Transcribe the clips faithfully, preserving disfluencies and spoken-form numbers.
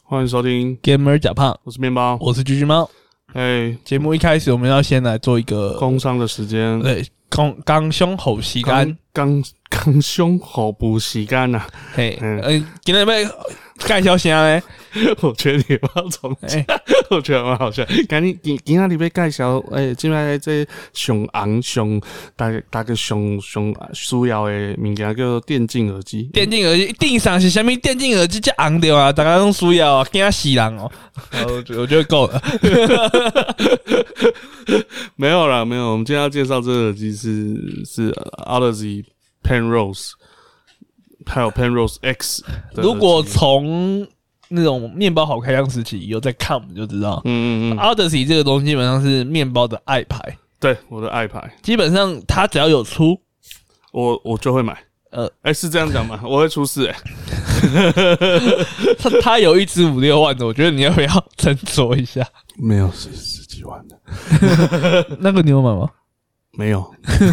欢迎收听 Gamer 假胖， 我是面包， 我是橘橘猫。 哎， 节目一开始我们要先来做一个工商的时间， 对，刚刚胸口时间， 刚刚胸口补时间呐。 嘿，嗯，今天要介绍啥呢？ 我觉得你要重讲，我觉得蛮好笑。今日今今仔日要介绍，诶，即摆这上红上大家大家上上需要的物件叫做电竞耳机。 电竞耳机顶上是啥物？电竞耳机才红掉啊！大家都需要啊，惊死人哦！我我觉得够了。 没有啦，没有。我们今天要介绍这个耳机是是 Audeze Penrose， 还有 Penrose X。 如果从那种面包好开箱时期有在看，我们就知道，嗯嗯嗯 ，Audeze 这个东西基本上是面包的爱牌。 对，我的爱牌， 基本上它只要有出， 我我就会买。呃，哎、欸，是这样讲吗？我会出事哎、欸。 他他有一支五六万的，我觉得你要不要斟酌一下？ 没有十十几万的， 那个你有买吗？ 没有。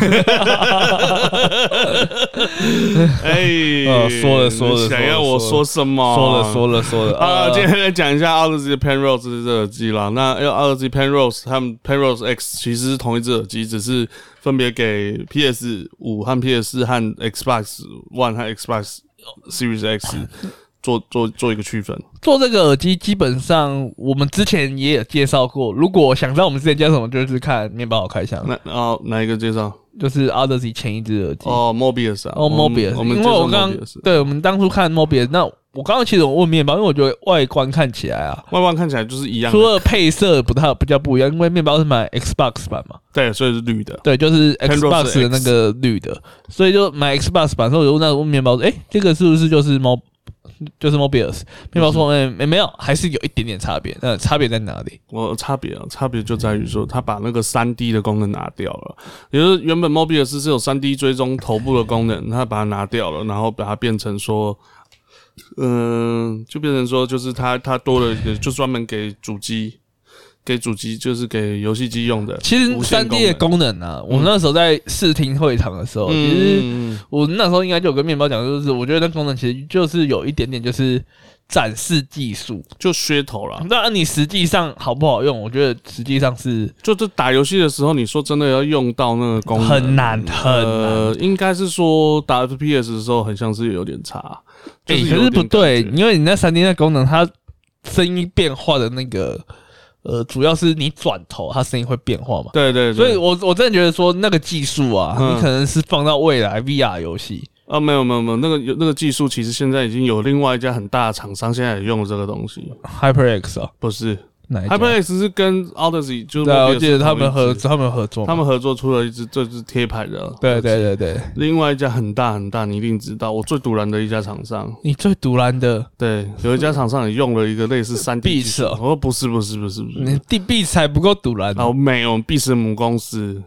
哎、欸哦，说了说了， 想要我说什么？ 说了说了说了。 啊，今天来讲一下 Audeze Penrose 这耳机啦。那 Audeze Penrose 和 Penrose X 其实是同一只耳机，只是分别给 P S 五 和 P S 四 和 Xbox One 和 Xbox Series X 做做做一个区分。 做这个耳机基本上我们之前也有介绍过，如果想知道我们之前介绍什么，就是看面包好开箱。 那哦哪一个介绍？就是 Audeze 前一只耳机哦 Mobius 啊， 哦 Mobius， 我们因为我刚对我们当初看 Mobius， 那我刚刚其实我问面包，因为我觉得外观看起来啊， 外观看起来就是一样的， 除了配色不太比较不一样，因为面包是买 Xbox 版嘛， 对，所以是绿的， 对，就是 Xbox 的那个绿的，所以就买 Xbox 版，所以我就问那问面包说，哎、欸，这个是不是就是 Mo？就是 Mobius， 面包说，哎、欸，没有，还是有一点点差别。那差别在哪里？ 我差别啊，差别就在于说，他把那个 三 D 的功能拿掉了。也就是原本 Mobius 是有 三 D 追踪头部的功能，他把它拿掉了，然后把它变成说，嗯、呃，就变成说，就是它它多了一个，就专门给主机。给主机就是给游戏机用的， 其实 三 D 的功能啊，我们那时候在试听会场的时候，嗯、其实我那时候应该就有跟面包讲，就是我觉得那功能其实就是有一点点就是展示技术， 就噱头啦。 当然你实际上好不好用，我觉得实际上是， 就是打游戏的时候，你说真的要用到那个功能， 很难很难。 呃，应该是说打 F P S 的时候，很像是有点差。 哎、就是欸，可是不对，因为你那 三 D 那功能，它声音变化的那个。呃，主要是你转头，它声音会变化嘛？ 对对对， 所以我我真的觉得说那个技术啊，嗯、你可能是放到未来 V R 游戏啊，没有没有没有，那个那个技术其实现在已经有另外一家很大的厂商现在也用了这个东西 ，HyperX 啊， 不是。 哪 HyperX 是跟 Audeze 就是， 对啊，我记得他们合他们合作， 他们合作出了一支这支贴牌的， 对对对对。 另外一家很大很大，你一定知道，我最独蓝的一家厂商， 你最独蓝的， 对，有一家厂商也用了一个类似三 D 技术， 哦、 我说不是不是不是不是， 你 Beats 还不够独蓝哦，没有，Beats的母公司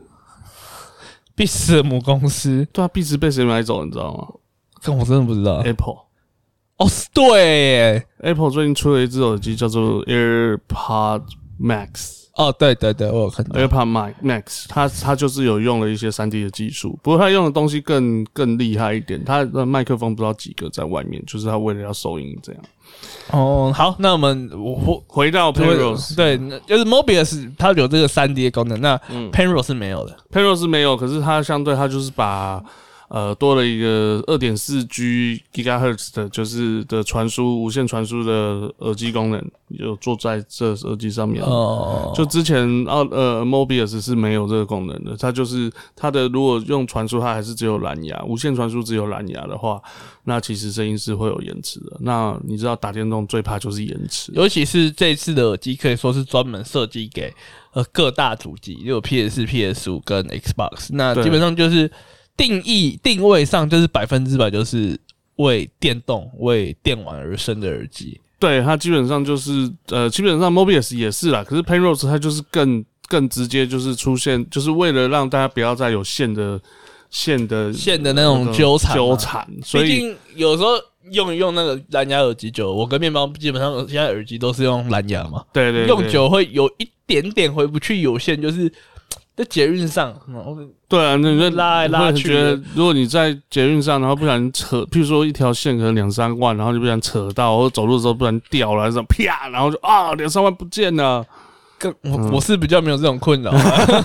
，Beats 的母公司， 对啊，Beats被谁买走，你知道吗？ 这我真的不知道 ，Apple。 哦，对耶 ，Apple 最近出了一只耳机，叫做 AirPod Max。 哦，对对对，我有看到 AirPod Max， 它它就是有用了一些 三 D 的技术，不过它用的东西更更厉害一点，它的麦克风不知道几个在外面，就是它为了要收音这样。 哦，好，那我们我回到 Penrose， 对，就是 Mobius 它有这个 三 D 的功能，那 Penrose 是没有的、 嗯、，Penrose 是没有，可是它相对它就是把。呃，多了一个 二点四 G gigahertz 的，就是的传输无线传输的耳机功能，有做在这耳机上面。哦，就之前啊呃 Mobius 是没有这个功能的，它就是它的如果用传输，它还是只有蓝牙，无线传输只有蓝牙的话，那其实声音是会有延迟的。那你知道打电动最怕就是延迟， 尤其是这次的耳机可以说是专门设计给呃各大主机，有 P S 四、P S 五 跟 Xbox， 那基本上就是。定义定位上就是百分之百就是为电动、为电玩而生的耳机。 对，它基本上就是呃，基本上 Mobius 也是啦，可是 Penrose 它就是更更直接，就是出现，就是为了让大家不要再有线的线的线的那种纠缠纠缠，所以毕竟有时候用一用那个蓝牙耳机久，我跟面包基本上现在耳机都是用蓝牙嘛， 对 对, 对， 用久会有一点点回不去有线，就是。 在捷运上， 对啊，那你拉来拉去觉得，如果你在捷运上，然后不小心扯，譬如说一条线可能两三万，然后就不小心扯到，或者走路的时候不小心掉了，还是啪，然后就啊两三万不见了。 我、嗯、我是比较没有这种困扰，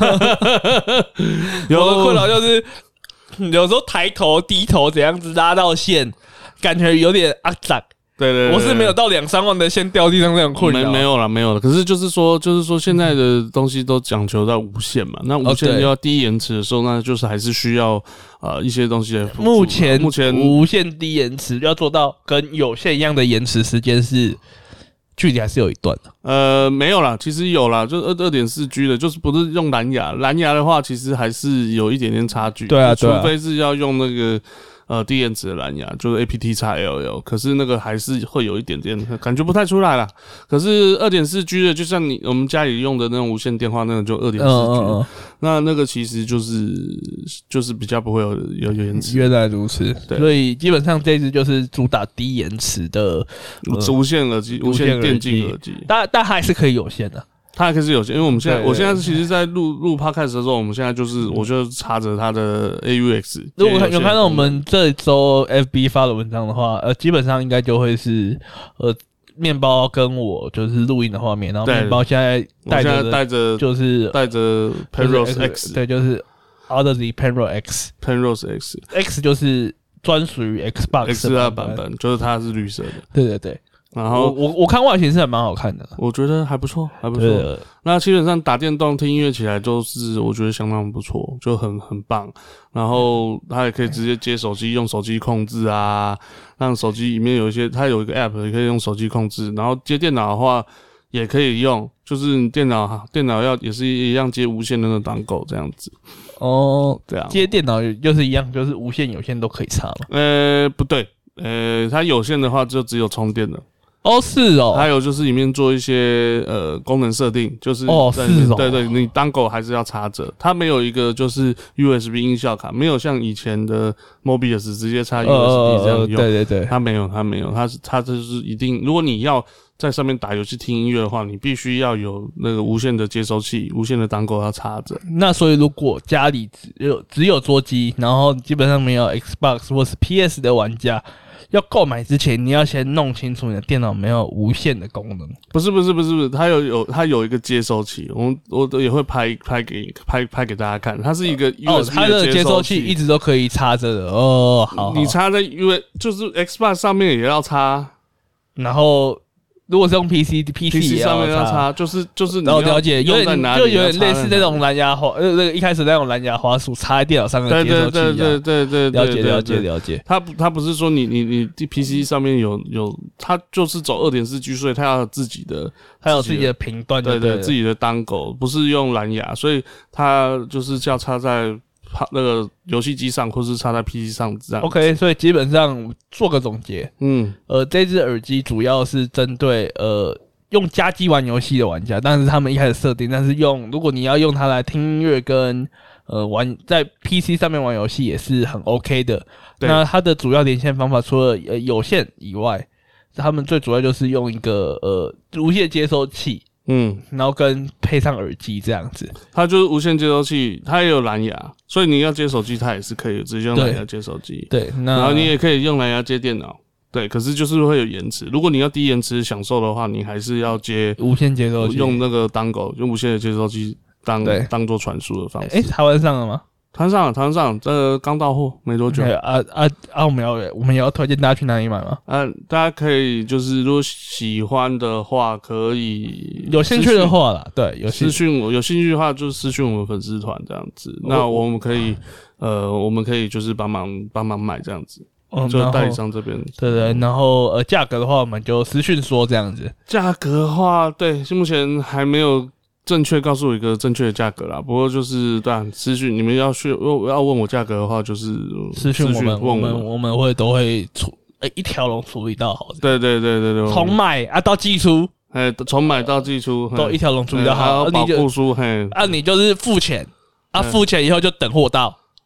有的困扰就是有时候抬头低头怎样子拉到线，感觉有点阿杂。 对 对, 对, 对， 我是没有到两三万的先掉地上这种困扰， 没没有了，没有了。可是就是说，就是说，现在的东西都讲求到无线嘛，那无线要低延迟的时候，那就是还是需要呃一些东西来辅助。 目前目前无线低延迟要做到跟有线一样的延迟时间是距离还是有一段的。 呃，没有啦，其实有啦，就是二二点四 G 的，就是不是用蓝牙，蓝牙的话其实还是有一点点差距。 对啊，对啊， 除非是要用那个。呃，低延迟的蓝牙就是 A P T X L L， 可是那个还是会有一点点感觉不太出来啦。可是 二点四 G 的，就像你我们家里用的那种无线电话，那个就 二点四 G，嗯嗯嗯，那那个其实就是就是比较不会有有延迟。 原来如此，所以基本上这支就是主打低延迟的、 呃、无线耳机、无线电竞耳机， 但但还是可以有线的。 它还可以是有线，因为我们现在，我现在其实，在录录 podcast 的时候，我们现在就是，我就插着它的 A U X。 如果有看到我们这周 F B 发的文章的话，呃，基本上应该就会是，呃，面包跟我就是录音的画面，然后面包现在带着带着就是带着 Penrose X， 对，就是 Audeze Penrose X，Penrose X，X 就是专属于 Xbox X 二版本，就是它是绿色的。 对对对。 然后我我看外形是还蛮好看的， 我觉得还不错，还不错。那基本上打电动听音乐起来就是我觉得相当不错，就很很棒。然后它也可以直接接手机，用手机控制啊，让手机里面有一些，它有一个 app 也可以用手机控制。然后接电脑的话也可以用，就是你电脑电脑要也是一样接无线的那个档口这样子。 哦，这样接电脑就是一样，就是无线有线都可以插嘛。 呃，不对，呃，它有线的话就只有充电的。 哦，是哦， 还有就是里面做一些呃功能设定，就是哦，是哦， 对对，你dongle还是要插着，它没有一个就是 U S B 音效卡，没有像以前的 Mobius 直接插 U S B 这样用， 呃、对对对， 它没有，它没有，它是它就是一定，如果你要在上面打游戏听音乐的话，你必须要有那个无线的接收器，无线的dongle要插着。 那所以如果家里只有只有桌机，然后基本上没有 Xbox 或是 P S 的玩家。要购买之前，你要先弄清楚你的电脑没有无线的功能。 不是不是不是不是，它有有它有一个接收器，我我也会拍拍给拍拍给大家看，它是一个 U S B 的接收器，哦，它的接收器一直都可以插着的哦。好，好， 你插在 U 就是 Xbox 上面也要插， 然后。如果是用 P C，P C 上面要插，就是就是你要了解，有点就有点类似那种蓝牙滑，呃，那个一开始那种蓝牙滑鼠插在电脑上的接收器一样。 对对对对对， 了解了解了解。 它它不是说你你你 P C 上面有有，它就是走 二点四 G， 所以它要有自己的， 它有自己的频段， 对对，自己的dongle，不是用蓝牙，所以它就是叫插在。那个游戏机上，或是插在 P C 上这样。 OK， 所以基本上做个总结，嗯，呃，这只耳机主要是针对呃用家机玩游戏的玩家，但是他们一开始设定，但是用如果你要用它来听音乐跟呃玩在 P C 上面玩游戏也是很 OK 的。那它的主要连线方法除了呃有线以外，他们最主要就是用一个呃无线接收器。嗯，然后跟配上耳机这样子， 它就是无线接收器，它也有蓝牙，所以你要接手机，它也是可以直接用蓝牙接手机。 对，那然后你也可以用蓝牙接电脑。对，可是就是会有延迟。如果你要低延迟享受的话，你还是要接无线接收器， 用那个dongle，用无线的接收器当当做传输的方式。 哎、欸，台湾上了吗？ 台湾上了，台湾上了，这刚到货没多久。 啊啊啊！我们要我们也要推荐大家去哪里买吗？ 啊，大家可以就是如果喜欢的话，可以有兴趣的话啦，对，有私讯我，有兴趣的话就私讯我们粉丝团这样子。那我们可以呃，我们可以就是帮忙帮忙买这样子。哦，就代理商这边， 对对，然后呃，价格的话，我们就私讯说这样子。 价格的话，对，目前还没有正确告诉我一个正确的价格啦。不过就是对啊，私讯你们要去要问我价格的话，就是私讯我们，我们我们会都会处诶、欸、一条龙处理到好。 对对对对对， 从买啊到寄出， 哎，从买到寄出都一条龙处理到好， 保护书，嘿， 啊你就是付钱啊，付钱以后就等货到。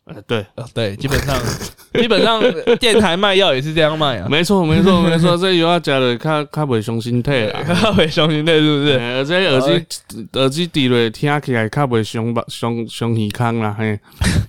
呃，对， 呃，对，基本上基本上电台卖药也是这样卖啊。 没错，没错，没错，这有要加的，较较袂伤心体啦， 较袂伤心体是不是？ 而且耳机耳机滴落听起来较袂伤伤伤耳康啦，嘿。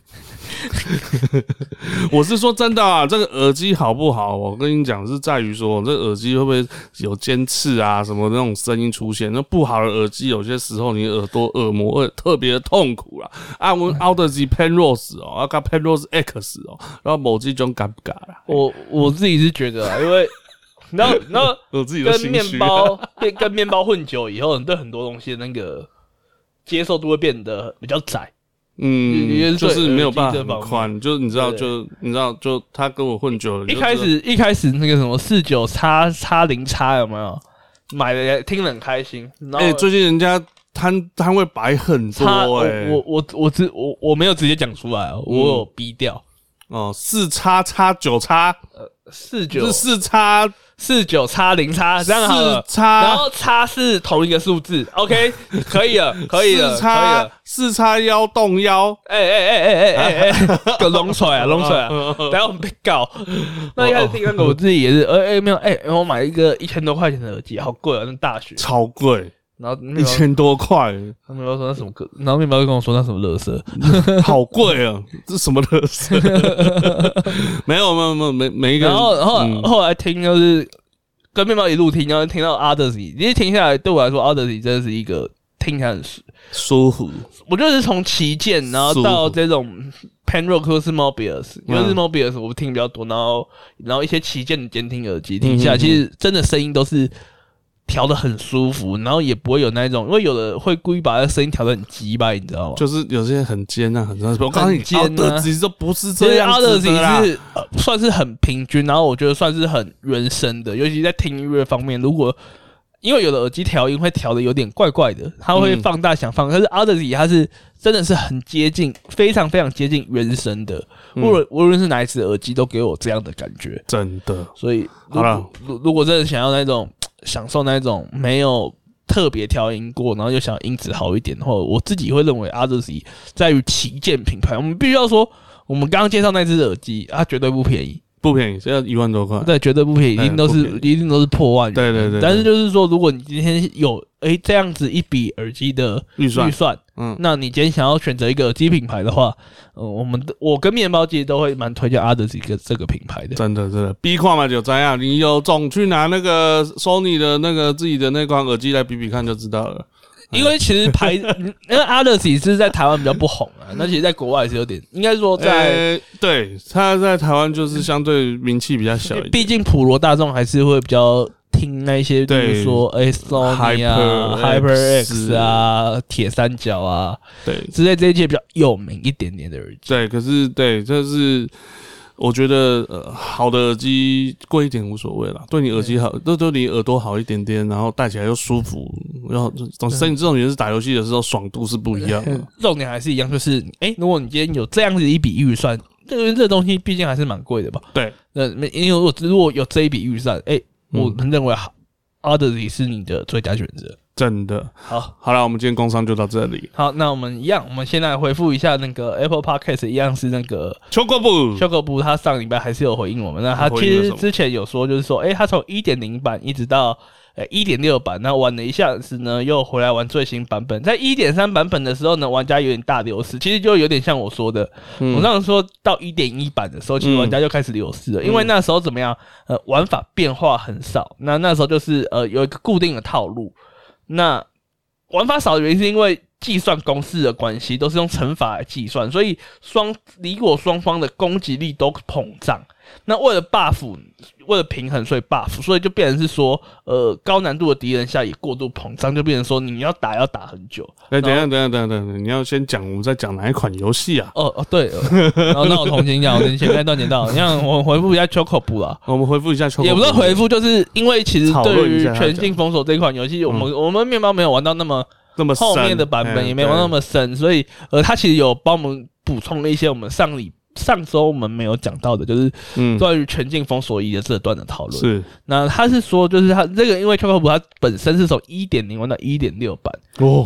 我是说真的啊，这个耳机好不好？我跟你讲，是在于说这耳机会不会有尖刺啊，什么那种声音出现？那不好的耳机，有些时候你耳朵耳膜会特别的痛苦啦。啊，我 Audeze Penrose 哦，啊，跟 Penrose X 哦，然后某几种尴尬啦。 我我自己是觉得啊，因为然后然后我自己的跟面包跟跟面包混久以后，你对很多东西的那个接受度会变得比较窄。 嗯，就是没有办法很宽，就是你知道，就你知道，就他跟我混久了。 一开始一开始那个什么四九叉叉零叉有没有买了听得很开心？哎、 欸，最近人家摊摊位摆很多哎、欸， 我我我直我我没有直接讲出来，我有逼掉。 嗯、哦，四叉叉九叉， 呃，四九是四叉四九叉零叉这样好了， 四叉， 然后叉是同一个数字 ，OK， 可以了，可以了， 四叉四叉腰动腰， 哎哎哎哎哎哎，给弄出来啊，弄出来啊，等下我们被告。那一开始听那个我自己也是，哎哎没有，哎，我买一个一千多块钱的耳机，好贵啊，那大学超贵。 然后一千多块， 他们说那什么歌，然后面包就跟我说那什么垃圾， 好贵啊！这是什么垃圾？没有没有没有每每一个人， 然后然后、嗯、后来听就是跟面包一路听，然后听到 Audeze， 其实听下来对我来说 Audeze 真的是一个听起来很舒服。 我觉得是从旗舰，然后到这种 Penrose 或是 Mobius， 因为是 Mobius 我听比较多，然后然后一些旗舰的监听耳机听下来，其实真的声音都是。调得很舒服，然后也不会有那一种，因为有的会故意把那声音调得很鸡掰，你知道吗？ 就是有些很尖啊，很尖。我告诉你， 尖啊， 其实都不是这样子的啦。 是、呃、算是很平均，然后我觉得算是很原声的，尤其在听音乐方面，如果因为有的耳机调音会调得有点怪怪的，它会放大想放，可是 Audeze 它是真的是很接近，非常非常接近原声的，无论无论是哪一只耳机都给我这样的感觉， 真的。 所以好了，如如果真的想要那种。享受那种没有特别调音过，然后又想音质好一点的话，我自己会认为 Audeze 在于旗舰品牌。我们必须要说，我们刚刚介绍那只耳机，它绝对不便宜， 不便宜，这要一万多块。 对，绝对不便宜，一定都是一定都是破万元。 对对 对, 對。 但是就是说，如果你今天有诶、欸、这样子一笔耳机的预算，预算，嗯，那你今天想要选择一个耳机品牌的话，呃，我们我跟面包其实都会蛮推荐 Audeze 这个这个品牌的。 真的真的，比看嘛就这样，你有种去拿那个 Sony 的那个自己的那款耳机来比比看就知道了。 因为其实牌，因为 Audeze 是在台湾比较不红啊，那其实在国外是有点，应该说在、 欸、对，他在台湾就是相对名气比较小一点， 毕竟普罗大众还是会比较听那些，比如说哎 Sony 啊、HyperX 啊、铁三角啊， 对， 之类这些比较有名一点点的耳机。 对，可是对，这是。我觉得呃，好的耳机贵一点无所谓啦，对你耳机好，都对你耳朵好一点点，然后戴起来又舒服，然后总声音这种也是打游戏的时候爽度是不一样的。 重点还是一样，就是哎、欸，如果你今天有这样子一笔预算，这个这个东西毕竟还是蛮贵的吧？ 对， 那因为我如果有这一笔预算，哎、欸，我们认为 Audeze 是你的最佳选择。 真的好，好了，我们今天工商就到这里。 好，那我们一样，我们先来回复一下那个 Apple Podcast， 一样是那个秋果布， 秋果布他上礼拜还是有回应我们。那他其实之前有说，就是说，哎、欸，他从 一点零 版一直到呃 一点六 版，那玩了一下子呢，又回来玩最新版本。在 一点三 版本的时候呢，玩家有点大流失，其实就有点像我说的，嗯、我上次说到 一点一 版的时候，其实玩家就开始流失了，嗯、因为那时候怎么样，呃，玩法变化很少，那那时候就是呃有一个固定的套路，那。玩法少的原因是因为计算公式的关系，都是用乘法来计算，所以双离我双方的攻击力都膨胀。那为了 buff， 为了平衡，所以 buff， 所以就变成是说，呃，高难度的敌人下也过度膨胀，就变成说你要打要打很久。 哎、欸，等一下，等一下，等一下，等一下，你要先讲我们在讲哪一款游戏啊？ 哦哦，对，然后那我重新讲，我前面那段剪到，你看我回复一下 Chocobo 啦， 我们回复一下 Chocobo， 也不是回复，就是因为其实对于全境封锁这款游戏，我们、嗯、我们面包没有玩到那么。 那么后面的版本也没玩那么深，所以呃，他其实有帮我们补充了一些我们上礼上周我们没有讲到的，就是关于全境封锁一的这段的讨论。是，那他是说，就是他这个因为 Chocobo 它本身是从 一点零 玩到 一点六 版， 哦，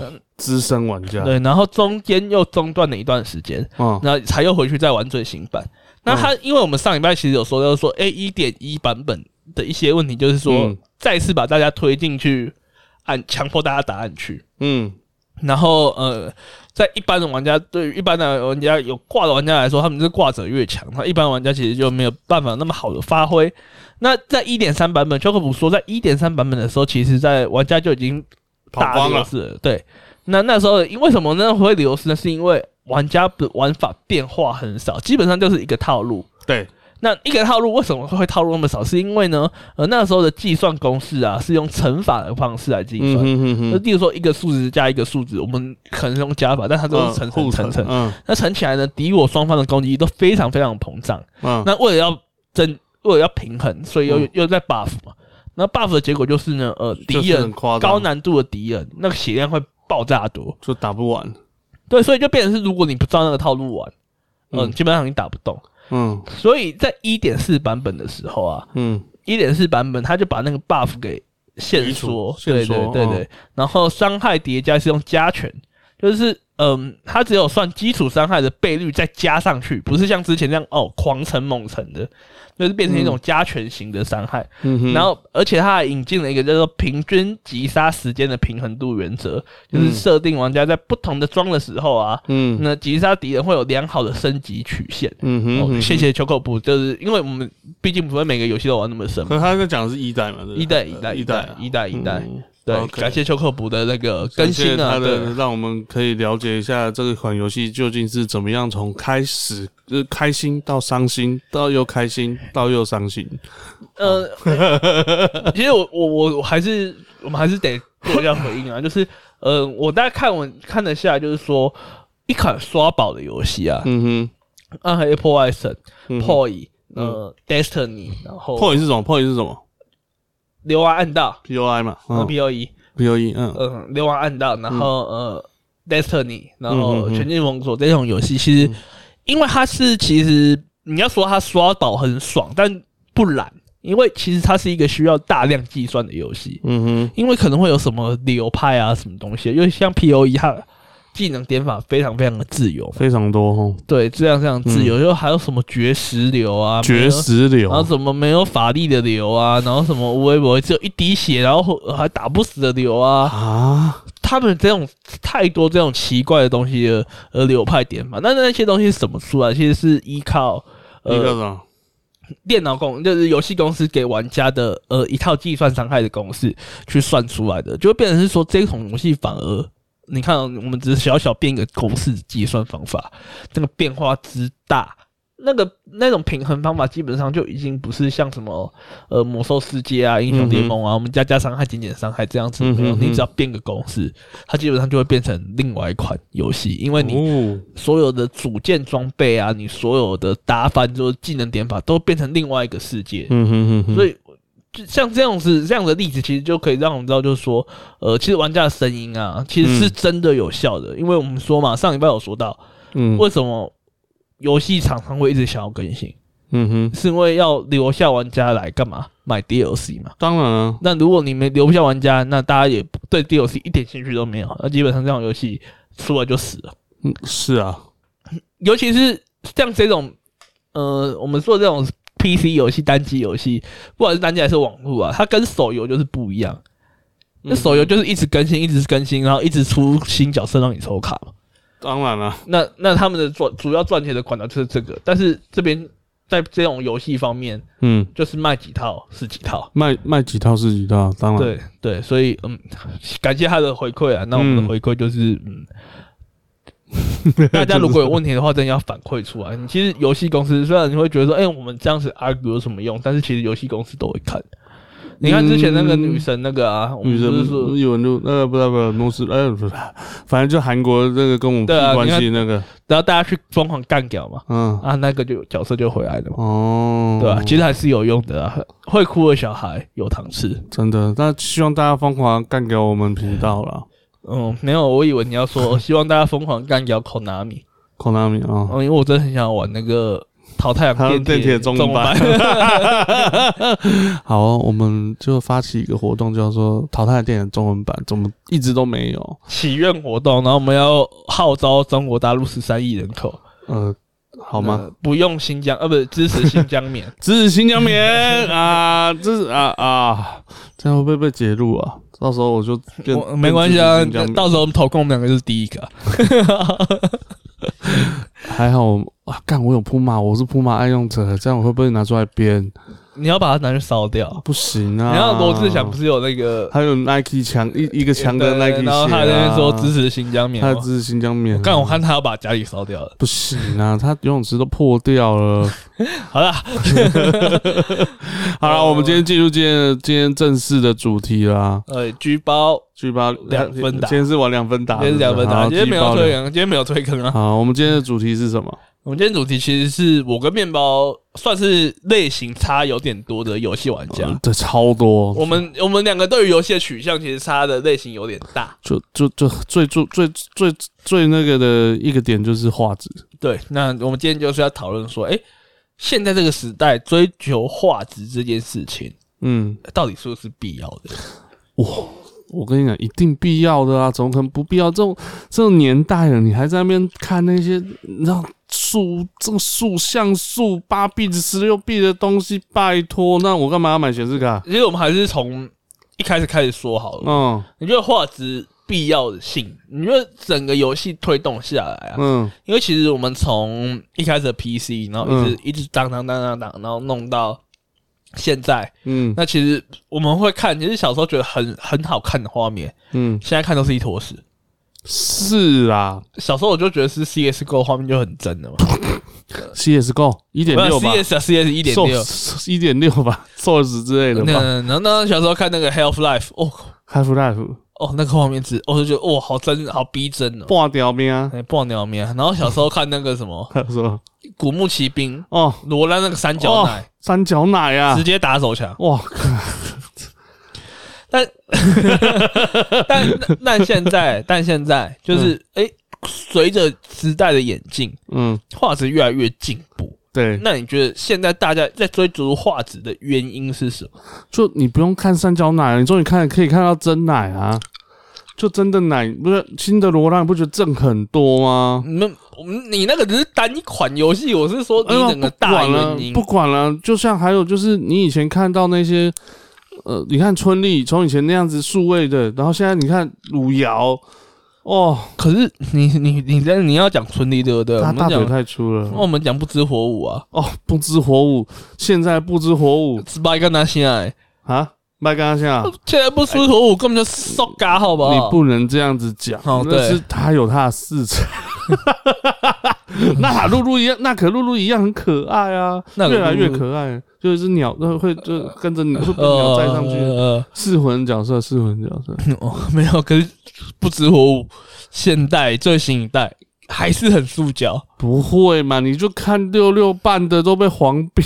资深玩家， 对，然后中间又中断了一段时间， 嗯， 然后才又回去再玩最新版。那他因为我们上礼拜其实有说到说 A 一点一 版本的一些问题，就是说、嗯、再次把大家推进去，按强迫大家打暗区，嗯，然后呃，在一般的玩家对于一般的玩家有挂的玩家来说，他们是挂者越强，那一般玩家其实就没有办法那么好的发挥。那在 一点三 版本，丘克普说在 一点三 版本的时候，其实在玩家就已经大流失了，对。那那时候因为什么呢会流失呢？是因为玩家的玩法变化很少，基本上就是一个套路。 对， 那一个套路为什么会套路那么少？是因为呢，呃，那时候的计算公式啊，是用乘法的方式来计算。嗯哼哼，就例如说一个数值加一个数值，我们可能用加法，但它都是乘乘乘乘。嗯，那乘起来呢，敌我双方的攻击力都非常非常膨胀。嗯，那为了要增，为了要平衡，所以又、嗯、又在 buff 嘛。那 buff 的结果就是呢，呃，敌人高难度的敌人，那个血量会爆炸多， 就打不完。 对，所以就变成是，如果你不照那个套路玩，嗯，嗯基本上你打不动。嗯，所以在 一点四 版本的时候啊，嗯 ，一点四 版本他就把那个 buff 给限缩，对对对对，哦、然后伤害叠加是用加权，就是嗯，它只有算基础伤害的倍率再加上去，不是像之前这样哦狂乘猛乘的。就是变成一种加权型的伤害、嗯，然后而且它还引进了一个叫做平均击杀时间的平衡度原则，就是设定玩家在不同的装的时候啊，嗯，那击杀敌人会有良好的升级曲线。嗯哼，哦、谢谢丘口普，就是因为我们毕竟不会每个游戏都玩那么深嘛。 可是他在讲的是一代嘛，对不对？ 一代一代一代一代一代。嗯对， okay, 感谢丘克普的那个更新啊， 他的让我们可以了解一下这款游戏究竟是怎么样从开始呃开心到伤心，到又开心到又伤心。 呃，其实我我我我还是我们还是得做一下回应啊，就是呃，我大概看我看得下来，就是说一款刷宝的游戏啊，嗯哼，暗黑破坏神、破译、呃、嗯、Destiny， 然后破译是什么？破译是什么？ 流亡暗道 P O I 嘛， 嗯 ，P O E，P O E， 嗯嗯，流亡暗道，然后、嗯、呃 ，Destiny， 然后全境封锁这种游戏，其实、嗯、因为它是其实你要说它刷宝很爽，但不然，因为其实它是一个需要大量计算的游戏，嗯哼，因为可能会有什么流派啊，什么东西，因为像 P O E 它技能点法非常非常的自由， 非常多哦。 对，这样这样自由，嗯、就还有什么绝食流啊， 绝食流， 然后什么没有法力的流啊，然后什么无微不微只有一滴血，然后还打不死的流啊啊！他们这种太多这种奇怪的东西的呃流派点法，那那些东西是怎么出来？其实是依靠呃。依靠什么？电脑公就是游戏公司给玩家的呃一套计算伤害的公式去算出来的，就会变成是说这种游戏反而。你看，我们只是小小变一个公式计算方法，这个变化之大，那个那种平衡方法基本上就已经不是像什么呃魔兽世界啊、英雄联盟啊，嗯、我们加加伤害、减减伤害这样子没有，嗯、你只要变个公式，它基本上就会变成另外一款游戏，因为你所有的组件装备啊，你所有的打法就是技能点法都变成另外一个世界，嗯哼哼哼所以。就像这样子这样的例子，其实就可以让我们知道，就是说，呃，其实玩家的声音啊，其实是真的有效的，嗯、因为我们说嘛，上礼拜有说到，嗯，为什么游戏厂商会一直想要更新？嗯哼，是因为要留下玩家来干嘛？买 D L C 嘛。 当然了， 那如果你没留不下玩家，那大家也对 D L C 一点兴趣都没有，那基本上这种游戏出来就死了。 嗯，是啊， 尤其是像这种，呃，我们说这种。P C 游戏、单机游戏，不管是单机还是网络啊，它跟手游就是不一样。那、嗯、手游就是一直更新，一直更新，然后一直出新角色让你抽卡嘛。 当然了， 那那他们的赚主要赚钱的管道就是这个，但是这边在这种游戏方面，嗯，就是卖几套是几套， 卖卖几套是几套，当然对对，所以嗯，感谢他的回馈啊。那我们的回馈就是嗯。嗯大家如果有问题的话，真的要反馈出来。你其实游戏公司虽然你会觉得说，哎、欸，我们这样子 argue 有什么用？但是其实游戏公司都会看。你看之前那个女神那个啊， 女神不是有人就那个不知道不知道诺斯，哎，不是，反正就韩国这个跟我们屁关系那个， 然后大家去疯狂干掉嘛，嗯啊，那个就角色就回来了嘛，哦，对吧、啊？其实还是有用的啊，会哭的小孩有糖吃， 真的。那希望大家疯狂干掉我们频道啦。 嗯，没有，我以为你要说希望大家疯狂干掉 Konami，Konami 啊， 嗯，因为我真的很想玩那个淘太阳电铁中文版。 好、哦，我们就发起一个活动，叫做淘汰电铁中文版，怎么一直都没有祈愿活动？然后我们要号召中国大陆十三亿人口， 呃，好吗？ 呃、不用新疆，呃，不是支持新疆棉， 支持新疆棉啊，这是啊啊，这样会不会被截录啊？到时候我就变我没关系啊，到时候我们投共我们两个就是第一个、啊。 还好我啊，干我有铺马，我是铺马爱用者，这样我会不会拿出来编？ 你要把它拿去烧掉， 不行啊！ 你要罗志祥不是有那个， 还有 Nike 强一一个强的 Nike 鞋、啊， 然后他在那边说支持新疆棉， 他支持新疆棉、啊。 干，我看他要把家里烧掉了， 不行啊！他游泳池都破掉了。 好啦， 好了，我们今天进入今天今天正式的主题啦。 呃，居包。 居包两分打， 今天是玩两分打， 今天是两分打，今天没有推坑，今天没有推坑啊。 好，我们今天的主题是什么？ 我们今天主题其实是我跟面包算是类型差有点多的游戏玩家， 嗯、对，超多。 我们我们两个对于游戏的取向其实差的类型有点大， 就就就最最最最最那个的一个点就是画质。 对，那我们今天就是要讨论说，哎、欸，现在这个时代追求画质这件事情，嗯，到底是不是必要的？ 哇！我跟你讲，一定必要的啊！怎么可能不必要？这种这种年代了，你还在那边看那些你知道数这种数像素八 bit、十六 bit 的东西，拜托，那我干嘛要买显示卡？ 其实我们还是从一开始开始说好了。嗯，你觉得画质必要性？你觉得整个游戏推动下来啊？嗯，因为其实我们从一开始的 P C， 然后一直、嗯、一直当当当当当，然后弄到。现在，嗯，那其实我们会看，其实小时候觉得很很好看的画面，嗯，现在看都是一坨屎。 是啊， 小时候我就觉得是 C S G O 画面就很真的嘛。 C S G O 一点六吧 ，C S 啊 C S 一点六， 一点六吧 ，Source 之类的吧。 然后呢，小时候看那个 Half Life， 哦 ，Half Life， 哦，那个画面是，我就觉得哦，好真，好逼真哦。 半条命啊， 半条命。然后小时候看那个什么， 什么古墓奇兵哦，罗兰那个三角奶。 哦三角奶啊， 直接打手枪哇！ 但但但现在，但现在就是哎，随着时代的演进，嗯，画质越来越进步。 对， 那你觉得现在大家在追逐画质的原因是什么？ 就你不用看三角奶，你终于看可以看到真奶啊！就真的奶，不是新的罗兰，不觉得挣很多吗？ 你们，你那个只是单一款游戏，我是说你整个大原因。 不管了，就像还有就是你以前看到那些，呃，你看春丽从以前那样子数位的，然后现在你看汝窑，哦， 可是你你你在你要讲春丽对不对？ 他大腿太粗了。 那我们讲不知火舞啊， 哦，不知火舞，现在不知火舞， 十八个拿下来啊。麦刚刚讲， 现在不知火舞根本就骚嘎，好不好？ 你不能这样子讲，哦、那是他有他的市场。那露露一样，那可露露一样很可爱啊，越来越可爱，就是鸟会就跟着你会被鸟载上去，噬魂角色，噬魂角色。 哦，没有，可是不知火舞现代最新一代。还是很塑胶， 不会嘛？你就看六六半的都被黄标，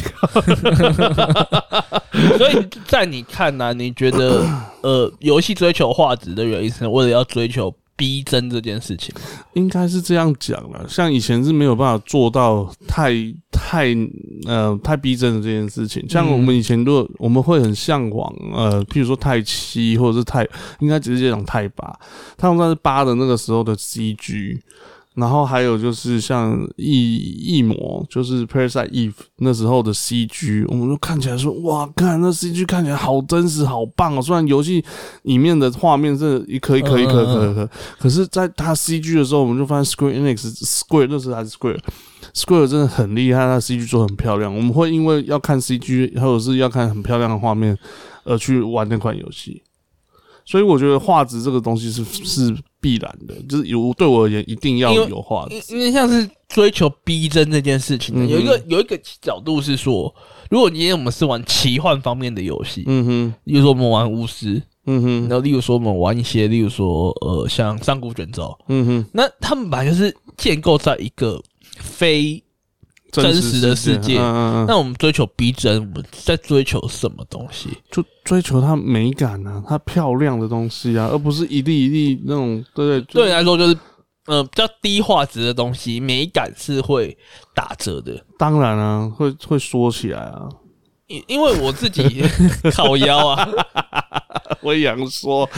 所以在你看呢、啊，你觉得呃，游戏追求画质的原因是为了要追求逼真这件事情？ 应该是这样讲啦。像以前是没有办法做到太太呃太逼真的这件事情。像我们以前如果我们会很向往呃，譬如说太七或者是太，应该直接讲太八，他们那是八的那个时候的 C G。然后还有就是像异异魔，就是 Parasite Eve 那时候的 C G， 我们就看起来说，哇，看那 C G 看起来好真实，好棒哦！虽然游戏里面的画面是一颗一颗一颗一颗一颗，可是在它 C G 的时候，我们就发现 Square Enix Square 那时候还是 Square Square 真的很厉害，它 C G 做得很漂亮。我们会因为要看 C G 或者是要看很漂亮的画面而去玩那款游戏。所以我觉得画质这个东西是是必然的，就是有对我而言一定要有画质。 因为像是追求逼真这件事情，嗯、有一个有一个角度是说，如果今天我们是玩奇幻方面的游戏，嗯哼，例如说我们玩巫师，嗯哼，然后例如说我们玩一些，例如说呃像上古卷轴，嗯哼，那他们本来就是建构在一个非真实的世界，嗯嗯嗯，那我们追求逼真，我们在追求什么东西？ 就追求它美感啊，它漂亮的东西啊，而不是一粒一粒那种，对对。 对你来说就是呃比较低画质的东西，美感是会打折的。 当然啊，会会缩起来啊。 因因为我自己靠腰啊， 我也想说，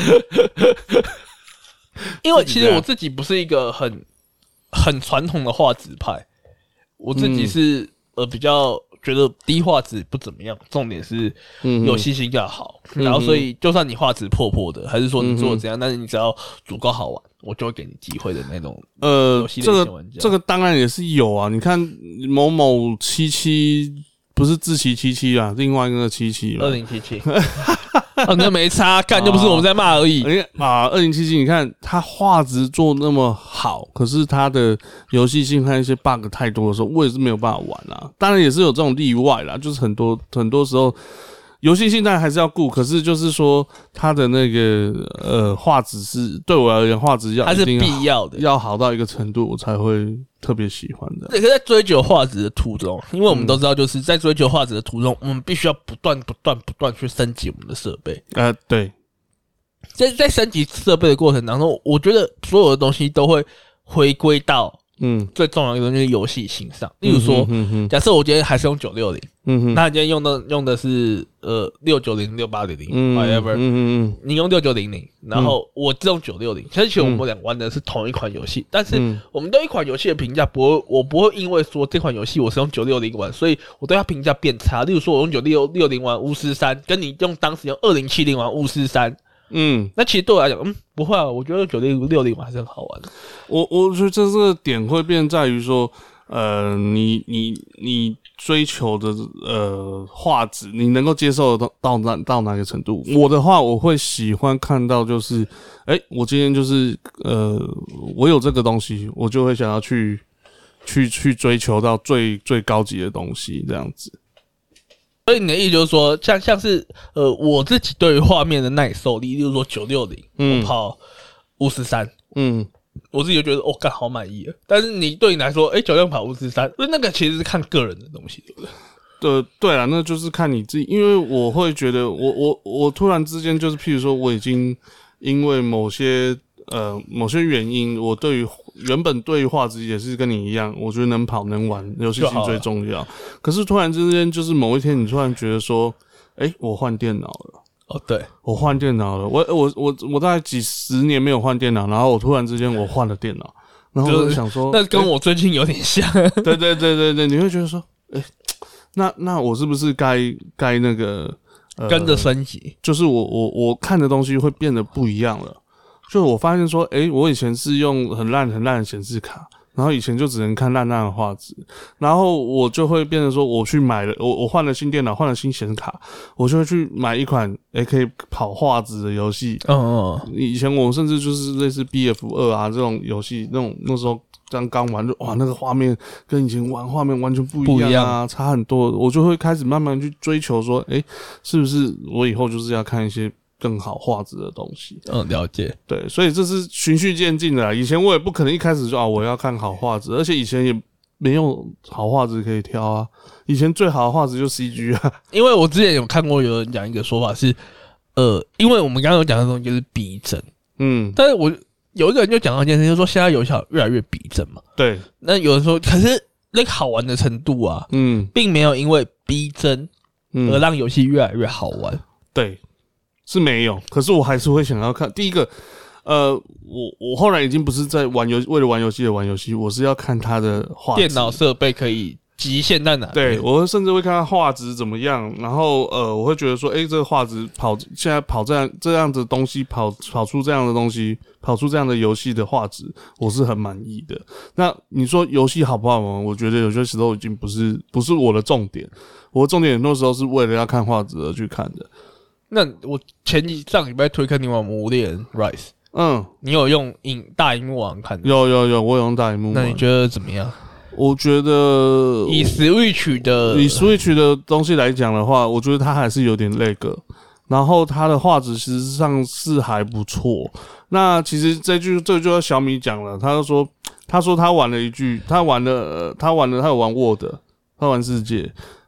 因为其实我自己不是一个很很传统的画质派，我自己是、嗯、呃比较觉得低画质不怎么样，重点是游戏性要好、嗯，然后所以就算你画质破破的，还是说你做的怎样、嗯，但是你只要足够好玩，我就会给你机会的那种呃游戏类型玩家。 这个这个当然也是有啊，你看某某七七。不是志奇七七啊，另外一个七七二零七七，啊，那没差，干就不是我们在骂而已。 啊，二零七七，你看它画质做那么好，可是它的游戏性和一些 bug 太多的时候，我也是没有办法玩啊。当然也是有这种例外啦，就是很多很多时候。游戏性当然还是要顾，可是就是说它的那个呃画质是对我而言画质要它是必要的， 要好到一个程度我才会特别喜欢的。 对，可是在追求画质的途中，因为我们都知道，就是在追求画质的途中，我们必须要不断、不断、不断去升级我们的设备。 呃，对， 在在升级设备的过程当中，我觉得所有的东西都会回归到。嗯，最重要的东西就是游戏性上。例如说，嗯嗯、假设我今天还是用九六零，嗯，那你今天用的用的是呃六九零、六八零零 ，whatever， 嗯嗯嗯，你用六九零零，然后我只用九六零，其实我们俩玩的是同一款游戏，但是我们对一款游戏的评价不会，我不会因为说这款游戏我是用九六零玩，所以我对它评价变差。例如说，我用九六零玩巫师三，跟你用当时用二零七零玩巫师三。嗯，那其实对我来讲，嗯，不会啊，我觉得九六六零还是很好玩的。 我我觉得这个点会变在于说，呃，你你你追求的呃画质，你能够接受到到哪到哪个程度？我的话，我会喜欢看到就是，哎、欸，我今天就是呃，我有这个东西，我就会想要去去去追求到最最高级的东西，这样子。 所以你的意思就是说，像像是呃，我自己对于画面的耐受力，例如说九六零，我跑巫师三，嗯，我自己就觉得哦，干好满意了。但是你对你来说，哎、欸，九六零跑巫师三，那个其实是看个人的东西，对不对？ 对对啦，那就是看你自己，因为我会觉得我，我我我突然之间就是，譬如说，我已经因为某些呃某些原因，我对于原本对于画质也是跟你一样，我觉得能跑能玩，游戏性最重要。可是突然之间，就是某一天，你突然觉得说，哎、欸，我换电脑了。 哦，对， 我换电脑了。我我我我大概几十年没有换电脑，然后我突然之间我换了电脑，然后我就想说， 那跟我最近有点像。欸、 对对对对对，你会觉得说，哎、欸，那那我是不是该该那个、呃、 跟着升级？ 就是我我我看的东西会变得不一样了。就我发现说，诶、欸，我以前是用很烂很烂的显示卡，然后以前就只能看烂烂的画质，然后我就会变成说，我去买了，我我换了新电脑，换了新显示卡，我就会去买一款也可以跑画质的游戏。嗯嗯，以前我甚至就是类似 B F 二 啊这种游戏，那种那时候刚刚玩就哇，那个画面跟以前玩画面完全不一样啊，差很多，我就会开始慢慢去追求说，诶、欸，是不是我以后就是要看一些更好画质的东西。 嗯，了解。 对，所以这是循序渐进的啦。以前我也不可能一开始就啊我要看好画质，而且以前也没有好画质可以挑啊。以前最好的画质就 C G 啊。 因为我之前有看过有人讲一个说法是，呃，因为我们刚刚有讲的东西就是逼真，嗯，但是我有一个人就讲到一件事，就是说现在游戏越来越逼真嘛。 对。 那有人说，可是那个好玩的程度啊，嗯，并没有因为逼真而让游戏越来越好玩。嗯、 对。是没有，可是我还是会想要看。第一个，呃，我我后来已经不是在玩游，为了玩游戏而玩游戏，我是要看它的画质， 电脑设备可以极限在哪里？ 对，我甚至会看它画质怎么样，然后呃，我会觉得说，哎、欸，这个画质跑现在跑这样这样的东西，跑跑出这样的东西，跑出这样的游戏的画质，我是很满意的。那你说游戏好不好玩？我觉得有些时候已经不是不是我的重点，我的重点很多时候是为了要看画质而去看的。 那我前几上礼拜推看你玩《魔猎人 Rise》，嗯，你有用影大萤幕玩看的？ 有有有，我有用大萤幕玩。 那你觉得怎么样？ 我觉得以 Switch 的以 Switch 的东西来讲的话，我觉得它还是有点那个，然后它的画质实际上是还不错。那其实这句这就要小米讲了，他就说他说他玩了一句，他玩了、呃、他玩了他有玩 Word， 他玩世界。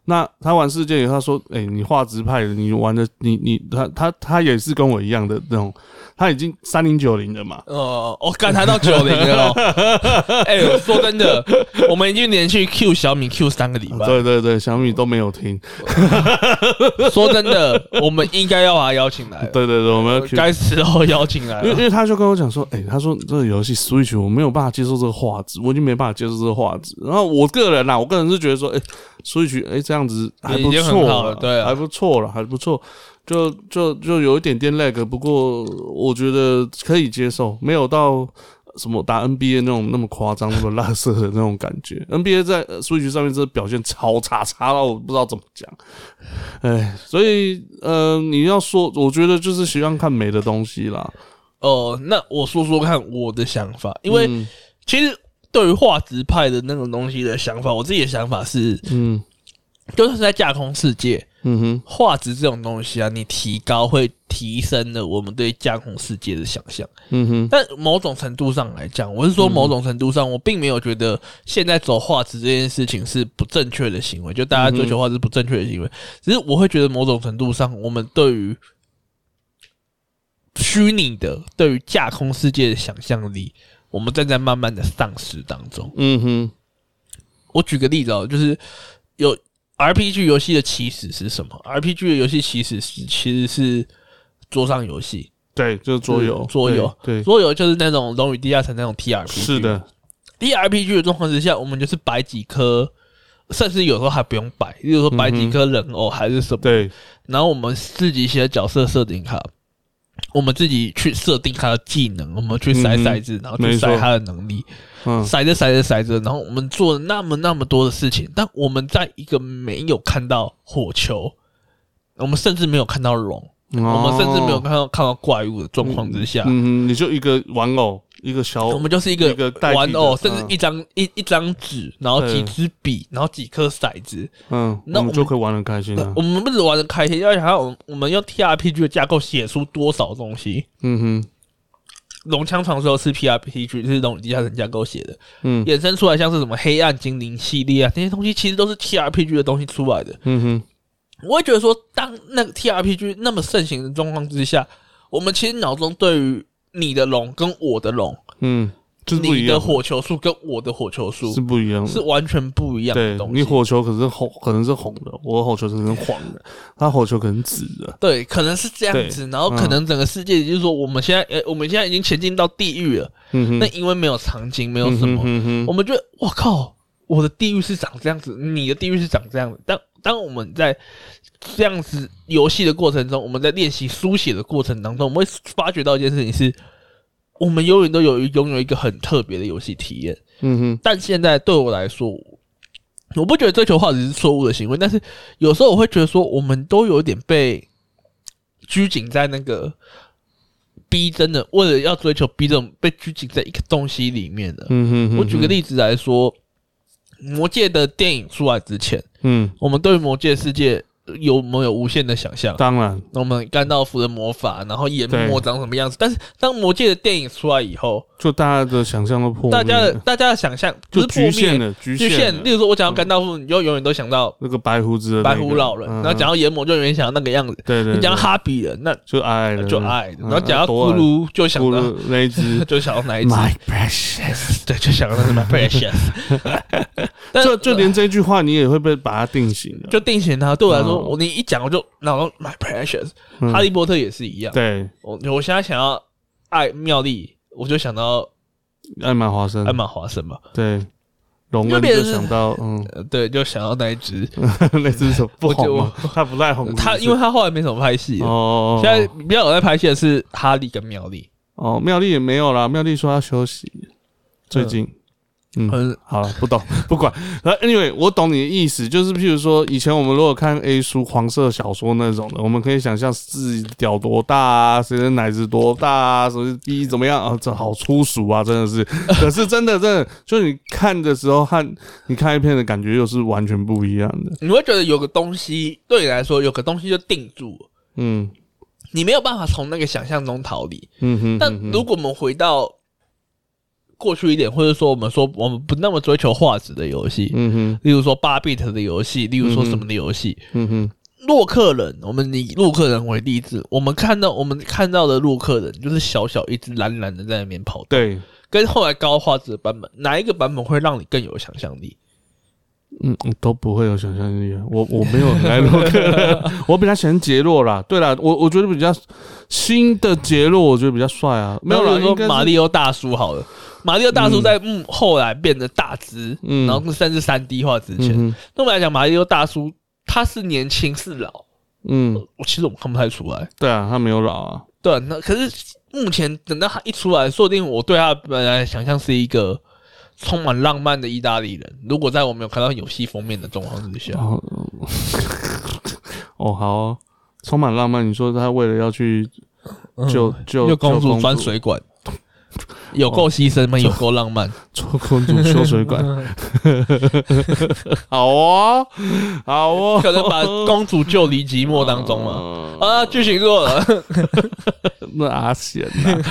那他玩世界以后，他说：“哎、欸，你画质派的，你玩的，你你他他他也是跟我一样的那种，他已经三零九零了嘛。 哦，我干他到九零了哦。哎、欸，说真的，我们已经连续 Q 小米 Q 三个礼拜。 对对对，小米都没有听。 说真的，我们应该要把他邀请来。 对对对，我们要该时候邀请来了。 因为因为他就跟我讲说，哎、欸，他说这个游戏 Switch 我没有办法接受这个画质，我已经没办法接受这个画质。然后我个人啦，我个人是觉得说，哎、欸。Switch 哎、欸，这样子还不错了， 对、啊， 还不错了，还不错，就就就有一点点 lag， 不过我觉得可以接受，没有到什么打 N B A 那种那么夸张、那么垃圾的那种感觉。N B A 在 Switch 上面真的表现超差，差到我不知道怎么讲。哎，所以呃，你要说，我觉得就是喜欢看美的东西啦。 哦、呃，那我说说看我的想法，因为、嗯、其实。对于画质派的那种东西的想法，我自己的想法是，嗯，就是在架空世界，嗯哼，画质这种东西啊，你提高会提升了我们对架空世界的想象，嗯哼。但某种程度上来讲，我是说某种程度上，我并没有觉得现在走画质这件事情是不正确的行为，就大家追求画质不正确的行为，只是我会觉得某种程度上，我们对于虚拟的、对于架空世界的想象力。我们正在慢慢的丧失当中。嗯哼，我举个例子哦，就是有 R P G 游戏的起始是什么 ？R P G 的游戏起始是其实是桌上游戏， 对，就是桌游， 桌游，对，桌游就是那种《龙与地下城》那种 T R P G。 是的 ，T R P G 的状况之下，我们就是摆几颗，甚至有时候还不用摆，例如说摆几颗人偶还是什么， 对， 然后我们自己写角色设定卡。我们自己去设定他的技能，我们去筛骰子，然后去筛他的能力，筛着筛着筛着，然后我们做了那么那么多的事情，但我们在一个没有看到火球，我们甚至没有看到龙，哦、我们甚至没有看到看到怪物的状况之下， 嗯，你就一个玩偶，一个小， 我们就是一个玩偶，甚至一张、嗯、一一张纸，然后几支笔，然后几颗骰子， 嗯，那我们就可以玩得开心了。 我们不止玩得开心，要想想我们用 T R P G 的架构写出多少东西。嗯哼，龙枪传说是 T R P G， 是龙与地下城架构写的，嗯，衍生出来像是什么黑暗精灵系列啊，这些东西其实都是 T R P G 的东西出来的。嗯哼。我会觉得说，当那个 T R P G 那么盛行的状况之下，我们其实脑中对于你的龙跟我的龙，嗯，就是不一样，你的火球数跟我的火球数是不一样的， 是完全不一样的东西。 你火球可是红，可能是红的，我的火球可能是黄的，他火球可能紫的， 对，可能是这样子。然后可能整个世界，就是说，我们现在，呃，我们现在已经前进到地狱了，嗯，那因为没有场景，没有什么，嗯哼，我们觉得，我靠，我的地狱是长这样子，你的地狱是长这样子，但。当我们在这样子游戏的过程中，我们在练习书写的过程当中，我们会发觉到一件事情是，我们永远都有拥有一个很特别的游戏体验。嗯哼。但现在对我来说，我不觉得追求画质是错误的行为，但是有时候我会觉得说，我们都有点被拘谨在那个逼真的，为了要追求逼真，被拘谨在一个东西里面的。嗯哼哼哼。我举个例子来说。魔戒的电影出来之前，嗯，我们对魔戒世界有没有无限的想象？ 当然， 我们甘道夫的魔法，然后研磨长什么样子。但是当魔戒的电影出来以后， 就大家的想象都破灭了， 大家的大家的想象就局限了，局限了。 例如说，我讲到甘道夫，你就永远都想到那个白胡子的白胡老人，然后讲到研磨，就永远想到那个样子。 对对， 你讲到哈比人，那就矮矮的， 就矮矮的。然后讲到咕噜，就想到那一只， 就想到那一只 My Precious， 对，就想到那是 My Precious。 就就连这句话，你也会被把它定型了， 就定型它。对我来说，我你一讲，我就脑中 My Precious。哈利波特也是一样。 对， 我我现在想要爱妙丽，我就想到艾玛华森， 艾玛华森嘛。 对，荣恩就想到嗯， 对，就想到那一只， 那只什么不红吗？他不太红， 他因为他后来没什么拍戏哦。现在比较有在拍戏的是哈利跟妙丽。 哦，妙丽也没有啦，妙丽说要休息，最近。嗯，好了，不懂，不管。Anyway， 我懂你的意思，就是譬如说，以前我们如果看 A 书、黄色小说那种的，我们可以想象自己屌多大啊，谁的奶子多大啊，谁的逼怎么样啊，这好粗俗啊，真的是。可是真的，真的，就你看的时候和你看一片的感觉又是完全不一样的。 你会觉得有个东西对你来说，有个东西就定住了，嗯，你没有办法从那个想象中逃离。嗯哼，但如果我们回到过去一点，或者说我们说我们不那么追求画质的游戏，嗯哼，例如说八 bit 的游戏，例如说什么的游戏，嗯哼，洛克人，我们以洛克人为例子，我们看到我们看到的洛克人就是小小一只蓝蓝的在那边跑动， 对， 跟后来高画质的版本，哪一个版本会让你更有想象力？ 嗯，都不会有想象力。我我没有很爱洛克人，我比较喜欢杰洛啦。对啦，我我觉得比较新的杰洛，我觉得比较帅啊。没有啦， 说马里奥大叔好了，马里奥大叔在嗯后来变得大只，嗯，然后甚至三 D 化之前，嗯、那我们来讲马里奥大叔，他是年轻是老？嗯，我其实我看不太出来。 对啊，他没有老啊。 对，那可是目前等到他一出来，说不定我对他本来想象是一个充满浪漫的意大利人。如果在我没有看到游戏封面的状况之下， 哦，哦好哦，充满浪漫。你说他为了要去救、嗯、救救公主钻水管，有够牺牲吗？有够浪漫， 救公主修水管，好哦，好哦， 可能把公主救离寂寞当中嘛。啊，剧情弱了， 那阿贤呐。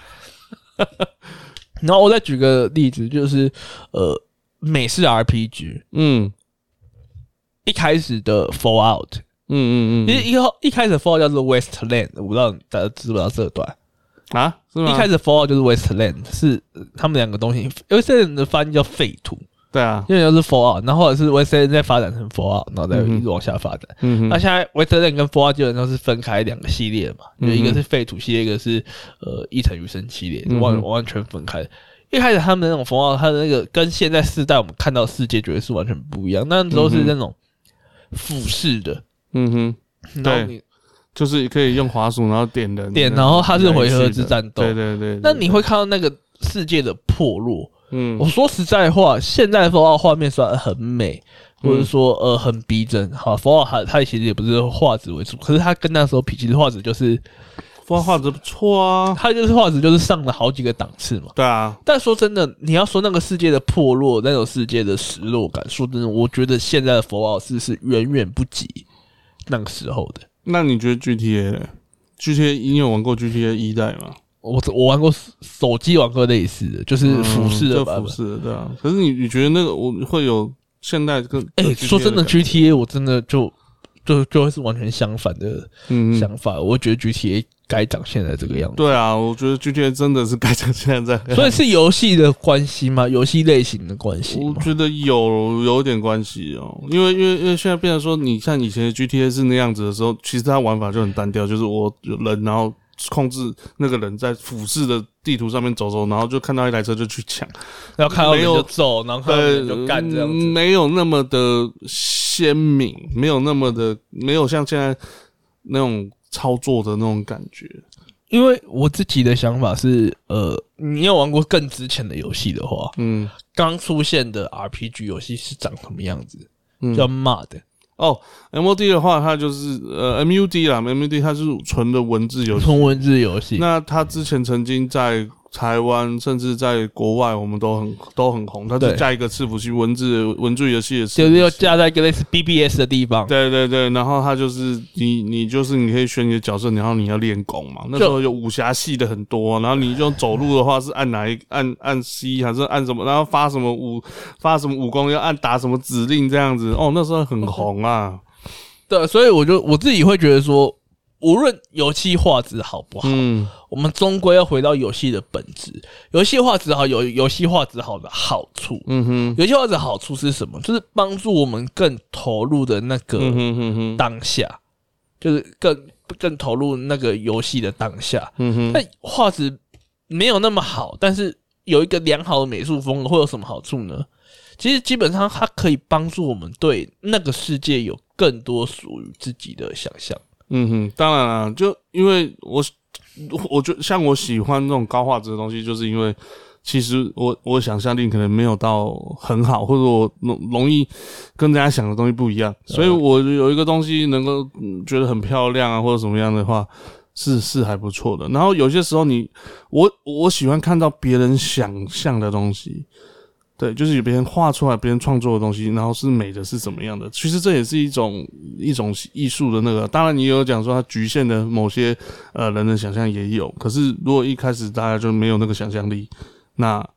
然后我再举个例子，就是呃，美式 R P G， 嗯，一开始的 Fallout， 嗯嗯嗯，其实一一开始 Fallout 叫做 Wasteland， 我不知道大家知不知道这段啊？是吗？ 一开始 Fallout 就是 Wasteland， 是他们两个东西 ，Wasteland 的翻译叫废土。对啊，因为就是 Fallout， 然后或者是 Wasteland 再发展成 Fallout， 然后再一直往下发展。嗯、那现在 Wasteland 跟 Fallout 基本上是分开两个系列嘛，嗯、就一个是废土系列，一个是呃一城余生系列，完完全分开。一开始他们那种 Fallout， 它的那个跟现在世代我们看到的世界绝对是完全不一样，那时候是那种俯视的。嗯哼，对，就是可以用滑鼠然后点人， 点，然后它是回合制战斗。 对对 对, 对。 那你会看到那个世界的破落。嗯，我说实在话，现在的 Fallout 画面虽然很美，或者说呃很逼真，好 Fallout 它它其实也不是画质为主，可是它跟那时候比，其实画质就是 Fallout 画质不错啊， 它就是画质就是上了好几个档次嘛。 对啊， 但说真的，你要说那个世界的破落，那种世界的失落感，说真的，我觉得现在的 Fallout 是是远远不及那个时候的。 那你觉得 G T A 呢 ？G T A 你有玩过 G T A 一代吗？ 我我玩过手机玩过类似的，就是俯视的版本， 俯视的，对啊。可是你你觉得那个我会有现代跟哎、欸，说真的 ，G T A 我真的就就就会是完全相反的想法。嗯、我觉得 G T A 该长现在这个样子。 对啊，我觉得 G T A 真的是该长现在这样。 所以是游戏的关系吗？游戏类型的关系？ 我觉得有有点关系哦，因为因为因为现在变成说，你像以前的 G T A 是那样子的时候，其实它玩法就很单调，就是我有人然后。控制那个人在俯视的地图上面走走，然后就看到一台车就去抢， 然后看到人就走，然后看到人就干这样子， 没有那么的鲜明，没有那么的没有像现在那种操作的那种感觉。 因为我自己的想法是，呃，你有玩过更之前的游戏的话，嗯，刚出现的 R P G 游戏是长什么样子？嗯、叫 M O D。 哦 ，M O D 的话，它就是呃 M U D 啦 ，M U D 它是纯的文字游戏， 纯文字游戏。 那它之前曾经在台湾，甚至在国外，我们都很都很红。它是加一个伺服器，文字文字游戏的， 就是要加在一个类似 B B S 的地方。 对对对，然后它就是你你就是你可以选你的角色，然后你要练功嘛。那时候有武侠系的很多，然后你就走路的话是按哪一按按 C 还是按什么，然后发什么武发什么武功要按打什么指令这样子。哦，那时候很红啊。 对，所以我就我自己会觉得说。无论游戏画质好不好，嗯，我们终归要回到游戏的本质。游戏画质好有游戏画质好的好处，嗯哼，游戏画质好处是什么？就是帮助我们更投入的那个当下，嗯、就是更更投入那个游戏的当下。嗯哼，但画质没有那么好，但是有一个良好的美术风格会有什么好处呢？其实基本上它可以帮助我们对那个世界有更多属于自己的想象。 嗯哼，当然啦，就因为我，我觉得像我喜欢这种高画质的东西，就是因为其实我我想象力可能没有到很好，或者我容易跟大家想的东西不一样，所以我有一个东西能够觉得很漂亮啊，或者什么样的话，是是还不错的。然后有些时候你，我我喜欢看到别人想象的东西。对，就是有别人画出来、别人创作的东西，然后是美的，是怎么样的？其实这也是一种一种艺术的那个。当然，你有讲说它局限的某些呃人的想象也有，可是如果一开始大家就没有那个想象力，那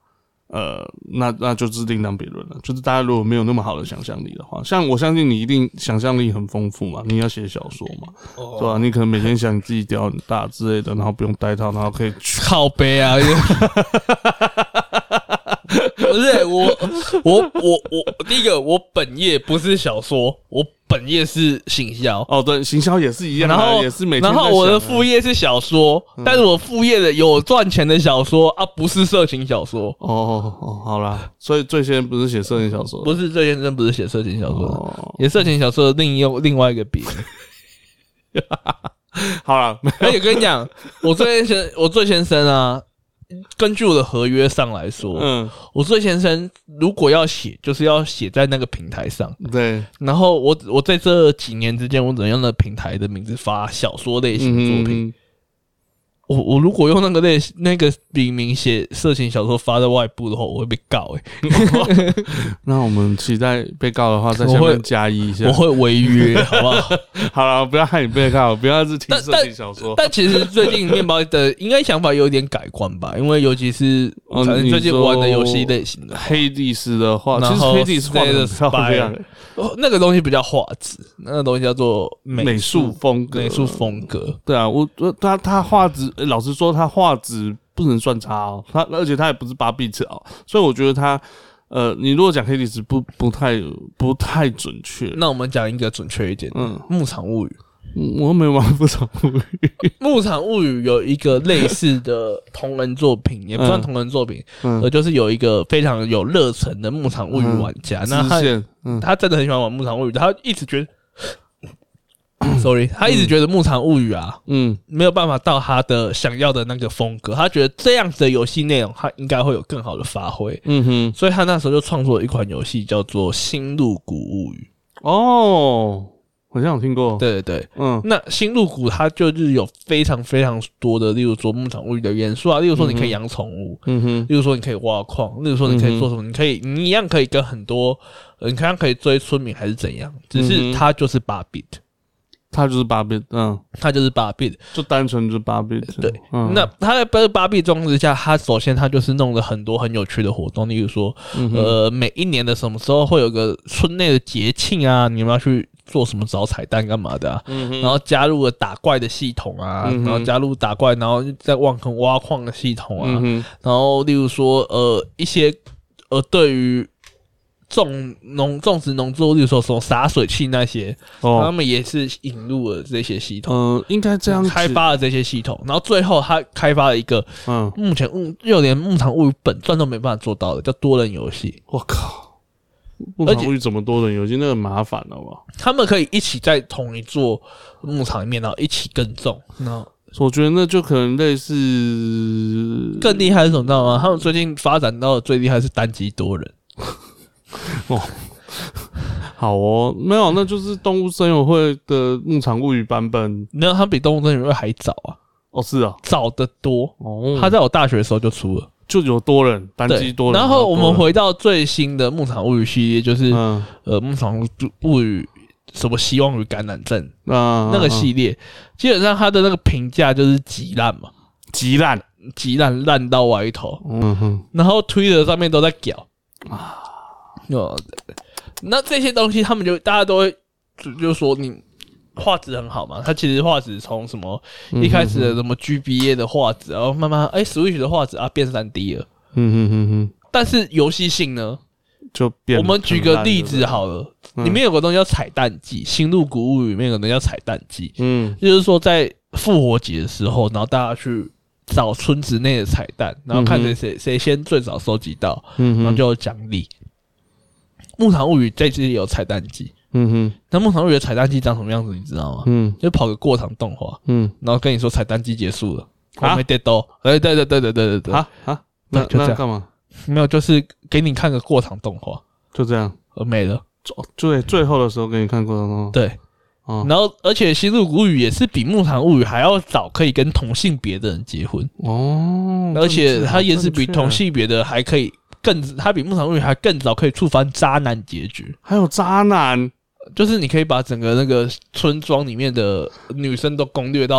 呃，那那就是另当别论了。就是大家如果没有那么好的想象力的话，像我相信你一定想象力很丰富嘛，你要写小说嘛，对吧、啊？你可能每天想你自己屌很大之类的，然后不用戴套，然后可以靠背啊。不是我，我我我，第一个我本业不是小说，我本业是行销。 哦，对，行销也是一样、啊， 然后也是每天在想、 然啊。 后我的副业是小说，嗯、但是我副业的有赚钱的小说啊，不是色情小说。 哦哦，好啦，所以最先不是写色情小说， 不是最先真不是写色情小说，哦、也色情小说的另用另外一个别。 好啦， 而且跟你讲，我最先我最先生啊。根据我的合约上来说，嗯，我最先生如果要写，就是要写在那个平台上， 对。 然后我我在这几年之间，我怎样的平台的名字发小说类型的作品？嗯、我我如果用那个类那个笔名写色情小说发在外部的话，我会被告哎、欸。 那我们期待被告的话，在下面加一一下， 我会违约，好不好？ 好了，不要害你被告，不要是听色情小说。 但, 但, 但其实最近面包的应该想法有点改观吧，因为尤其是可能最近玩的游戏类型的、 哦、黑帝斯的话，其实黑帝斯画的很漂亮、欸。 那个东西比较画质，那个东西叫做美术风格。 美术风格， 对啊，我他他画质，老实说，他画质不能算差哦。他而且他也不是八 bit 哦，所以我觉得他呃，你如果讲黑历史不不太不太准确。 那我们讲一个准确一点，嗯，牧场物语。 我没有玩牧场物语。 牧场物语有一个类似的同人作品，也不算同人作品，嗯，而就是有一个非常有热忱的牧场物语玩家，嗯、那他、嗯、他真的很喜欢玩牧场物语，他一直觉得，sorry， 他一直觉得牧场物语啊，嗯，没有办法到他的想要的那个风格，他觉得这样子的游戏内容，他应该会有更好的发挥，嗯哼，所以他那时候就创作了一款游戏，叫做《新入谷物语》。 哦。好像有听过， 对对对，嗯，那新入谷它就是有非常非常多的，例如说牧场物语的元素啊，例如说你可以养宠物，嗯哼，例如说你可以挖矿，例如说你可以做什么，嗯、你可以你一样可以跟很多，你看可以追村民还是怎样，只是它就是八 bit， 它就是八 bit， 嗯， 它就是八 bit， 就单纯就是八 bit， 对，嗯、那它在八 bit 状况之下，它首先它就是弄了很多很有趣的活动，例如说，嗯、呃，每一年的什么时候会有个村内的节庆啊，你们要去做什么找彩蛋干嘛的啊？嗯、然后加入了打怪的系统啊，嗯、然后加入打怪，然后再挖坑挖矿的系统啊，嗯、然后例如说呃一些呃对于种农种植农作物，例如说什么洒水器那些，哦、他们也是引入了这些系统。 呃，应该这样开发了这些系统，然后最后他开发了一个，嗯，目前就连牧场物语本传都没办法做到的，叫多人游戏。 我靠！牧场物语怎么多人游戏？那个麻烦了吧？ 他们可以一起在同一座牧场里面，然后一起耕种。然后我觉得那就可能类似更厉害是什么，知道吗？他们最近发展到的最厉害是单机多人。 哦，好哦，没有，那就是动物森友会的牧场物语版本。 没有，它比动物森友会还早啊！ 哦，是啊， 早得多。哦，他在我大学的时候就出了。 就有多人单机多人， 然后我们回到最新的牧场物语系列，就是、嗯、呃牧场物语什么希望与感染症、嗯、那个系列，嗯、基本上它的那个评价就是极烂嘛， 极烂极烂烂到歪头，嗯哼，然后 Twitter 上面都在屌啊，哦，那这些东西他们就大家都会就就说你。画质很好嘛，它其实画质从什么一开始的什么 G B A 的画质，然后慢慢哎、欸、Switch 的画质啊变 三 D 了，嗯哼哼哼。但是游戏性呢， 就变。 我们举个例子好了，嗯、里面有个东西叫彩蛋季，《新入谷物语》里面有个东西叫彩蛋季，嗯，就是说在复活节的时候，然后大家去找村子内的彩蛋，然后看谁谁谁先最早收集到，嗯，然后就有奖励。牧场物语这次也有彩蛋季。嗯哼，那牧场物语的彩蛋机长什么样子，你知道吗？嗯，就跑个过场动画，嗯，然后跟你说彩蛋机结束了，我没跌到，哎，对对对对对对对， 啊啊，那就这样干嘛？ 没有，就是给你看个过场动画， 就这样， 呃，没了。 对，最后的时候给你看过场动画， 对，哦，然后而且新入谷物语也是比牧场物语还要早可以跟同性别的人结婚哦，而且它也是比同性别的还可以更，它比牧场物语还更早可以触发渣男结局， 还有渣男。 就是你可以把整个那个村庄里面的女生都攻略到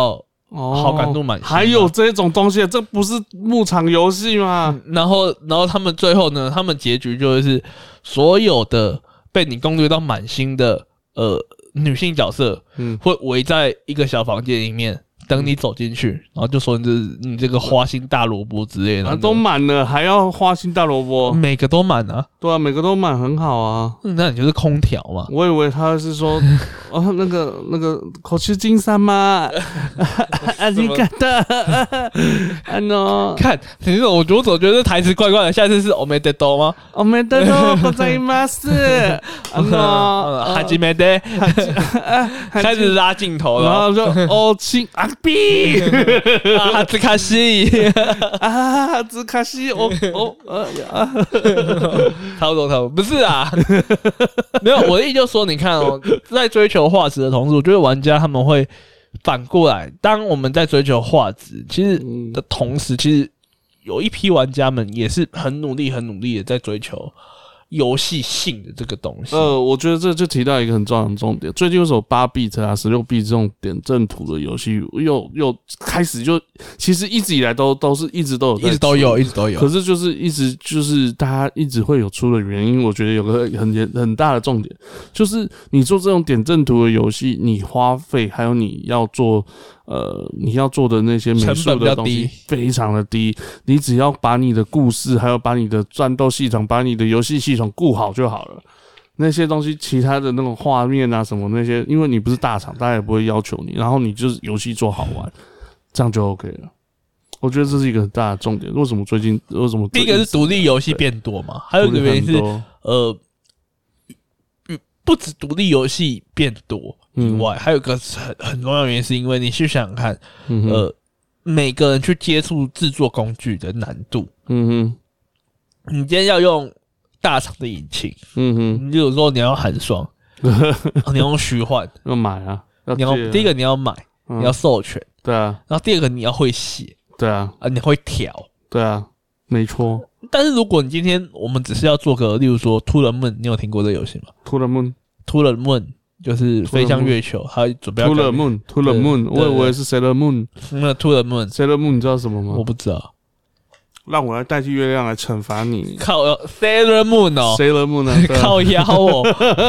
哦， 好感度满， 还有这种东西，这不是牧场游戏吗？ 嗯？然后，然后他们最后呢，他们结局就是所有的被你攻略到满星的呃女性角色，嗯，会围在一个小房间里面。等你走进去，然后就说你这你这个花心大萝卜之类的， 啊，都满了还要花心大萝卜， 每个都满啊， 对啊，每个都满很好啊， 那你就是空调嘛。 我以为他是说，哦，那个那个口吃金山吗？啊，你看的，啊 no， 看，其实我我总觉得台词怪怪的，下次是おめでとう吗？ おめでとうございます，啊 no， 哈基梅德，开始拉镜头了， 然后就哦亲啊。B 啊，兹卡西啊，兹卡西，哦哦呃啊， 差不多差不多，不是啊，没有，我的意思就是说，你看哦，在追求画质的同时，我觉得玩家他们会反过来，当我们在追求画质，其实的同时，其实有一批玩家们也是很努力、很努力的在追求游戏性的这个东西。 呃，我觉得这就提到一个很重要的重点。最近有首八 bit 啊、十六 bit 这种点阵图的游戏，又又开始就其实一直以来都都是一直都有， 一直都有，一直都有。 可是就是一直就是大家一直会有出的原因，我觉得有个很很大的重点，就是你做这种点阵图的游戏，你花费还有你要做。呃，你要做的那些美术的东西非常的低，你只要把你的故事，还有把你的战斗系统，把你的游戏系统顾好就好了。那些东西，其他的那种画面啊什么那些，因为你不是大厂，大家也不会要求你，然后你就是游戏做好玩，这样就 OK 了。我觉得这是一个很大的重点。为什么最近为什么第一个是独立游戏变多嘛，还有一个原因是呃。不止独立游戏变多以外，嗯、还有一个很很重要的原因，是因为你去想想看，嗯、呃，每个人去接触制作工具的难度，嗯哼，你今天要用大厂的引擎，嗯哼，例如说你要寒霜，你要用虚幻， 要买啊，要你要第一个你要买，嗯、你要授权， 对啊， 然后第二个你要会写， 对啊， 啊，你会调， 对啊，没错。 但是如果你今天我们只是要做个，例如说《To the Moon》，你有听过这个游戏吗 ？To the Moon。 To the Moon 就是飞向月球，他准备要 To the Moon To the Moon， 我以为是 Sailor Moon。 那 To the Moon Sailor Moon 你知道什么吗？ 我不知道。 让我来代替月亮来惩罚你。 靠 Sailor Moon 哦 ，Sailor Moon 啊， 靠腰哦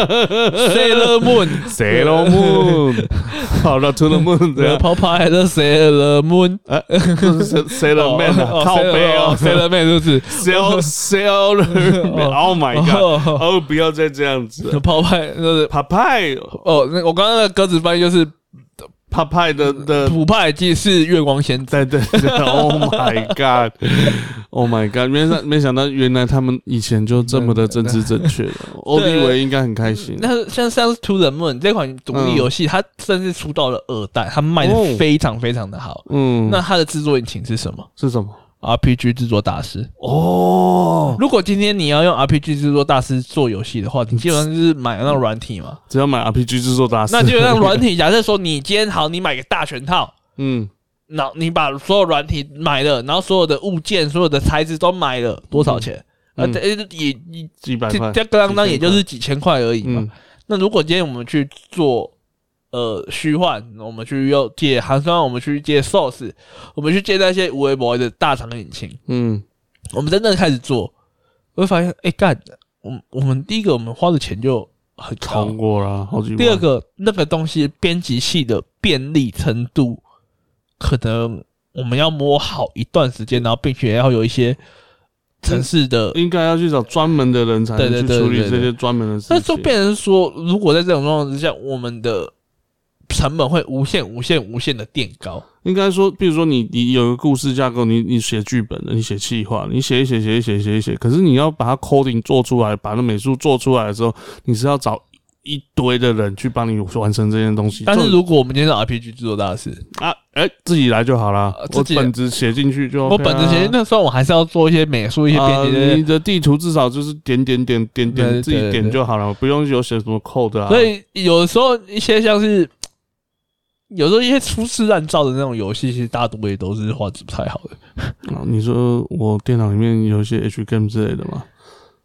，Sailor Moon，Sailor Moon， 好了 ，To the Moon， 这样。泡泡的 Sailor Moon， 呃，这是 Sailor Man 啊，靠背哦 ，Sailor Man 是不是 ？Sailor Sailor，Oh my God， 哦，不要再这样子。 泡泡就是泡派哦，那我刚刚的歌词翻译就是。 帕派的的普派即是月光仙子， 对对对 ，Oh my God，Oh my God， 没想没想到原来他们以前就这么的政治正确了，我以为应该很开心。 那像像是 To the Moon 这款独立游戏，嗯、它甚至出到了二代，它卖的非常非常的好。嗯，那它的制作引擎是什么？ 是什么 ？R P G 制作大师哦。 如果今天你要用 R P G 制作大师做游戏的话，你基本上就是买那种软体嘛。 只要买 R P G 制作大师， 那基本上软体，假设说你今天好，你买个大全套，嗯，那你把所有软体买了，然后所有的物件、所有的材质都买了，多少钱？嗯、啊，也也几百块， 这刚刚也就是几千块而已嘛。嗯、那如果今天我们去做。呃，虚幻，我们去用借寒霜，我们去借 Source， 我们去借那些无微博的大厂引擎。嗯，我们真正开始做，我会发现，哎、欸，干，我我们第一个我们花的钱就很高， 超过了好几万。 第二个，那个东西编辑器的便利程度，可能我们要摸好一段时间，然后并且要有一些。城市的应该要去找专门的人才能去处理这些专门的事情。 那就变成说，如果在这种状况之下，我们的成本会无限、无限、无限的垫高。 应该说，比如说你你有个故事架构，你你写剧本的，你写企划，你写一写写一写写一写，可是你要把它 coding 做出来，把那美术做出来的时候，你是要找一堆的人去帮你完成这件东西。 但是如果我们今天是 R P G 制作大师啊，哎、欸，自己来就好了，我本子写进去就、OK 啊。 我本子写，那时候我还是要做一些美术、一些编辑、 呃。你的地图至少就是点点点点点，自己点就好了，不用有写什么 code 啊。 所以有的时候一些像是，有时候一些粗制滥造的那种游戏，其实大多也都是画质不太好的。 啊，你说我电脑里面有一些 H game 之类的吗？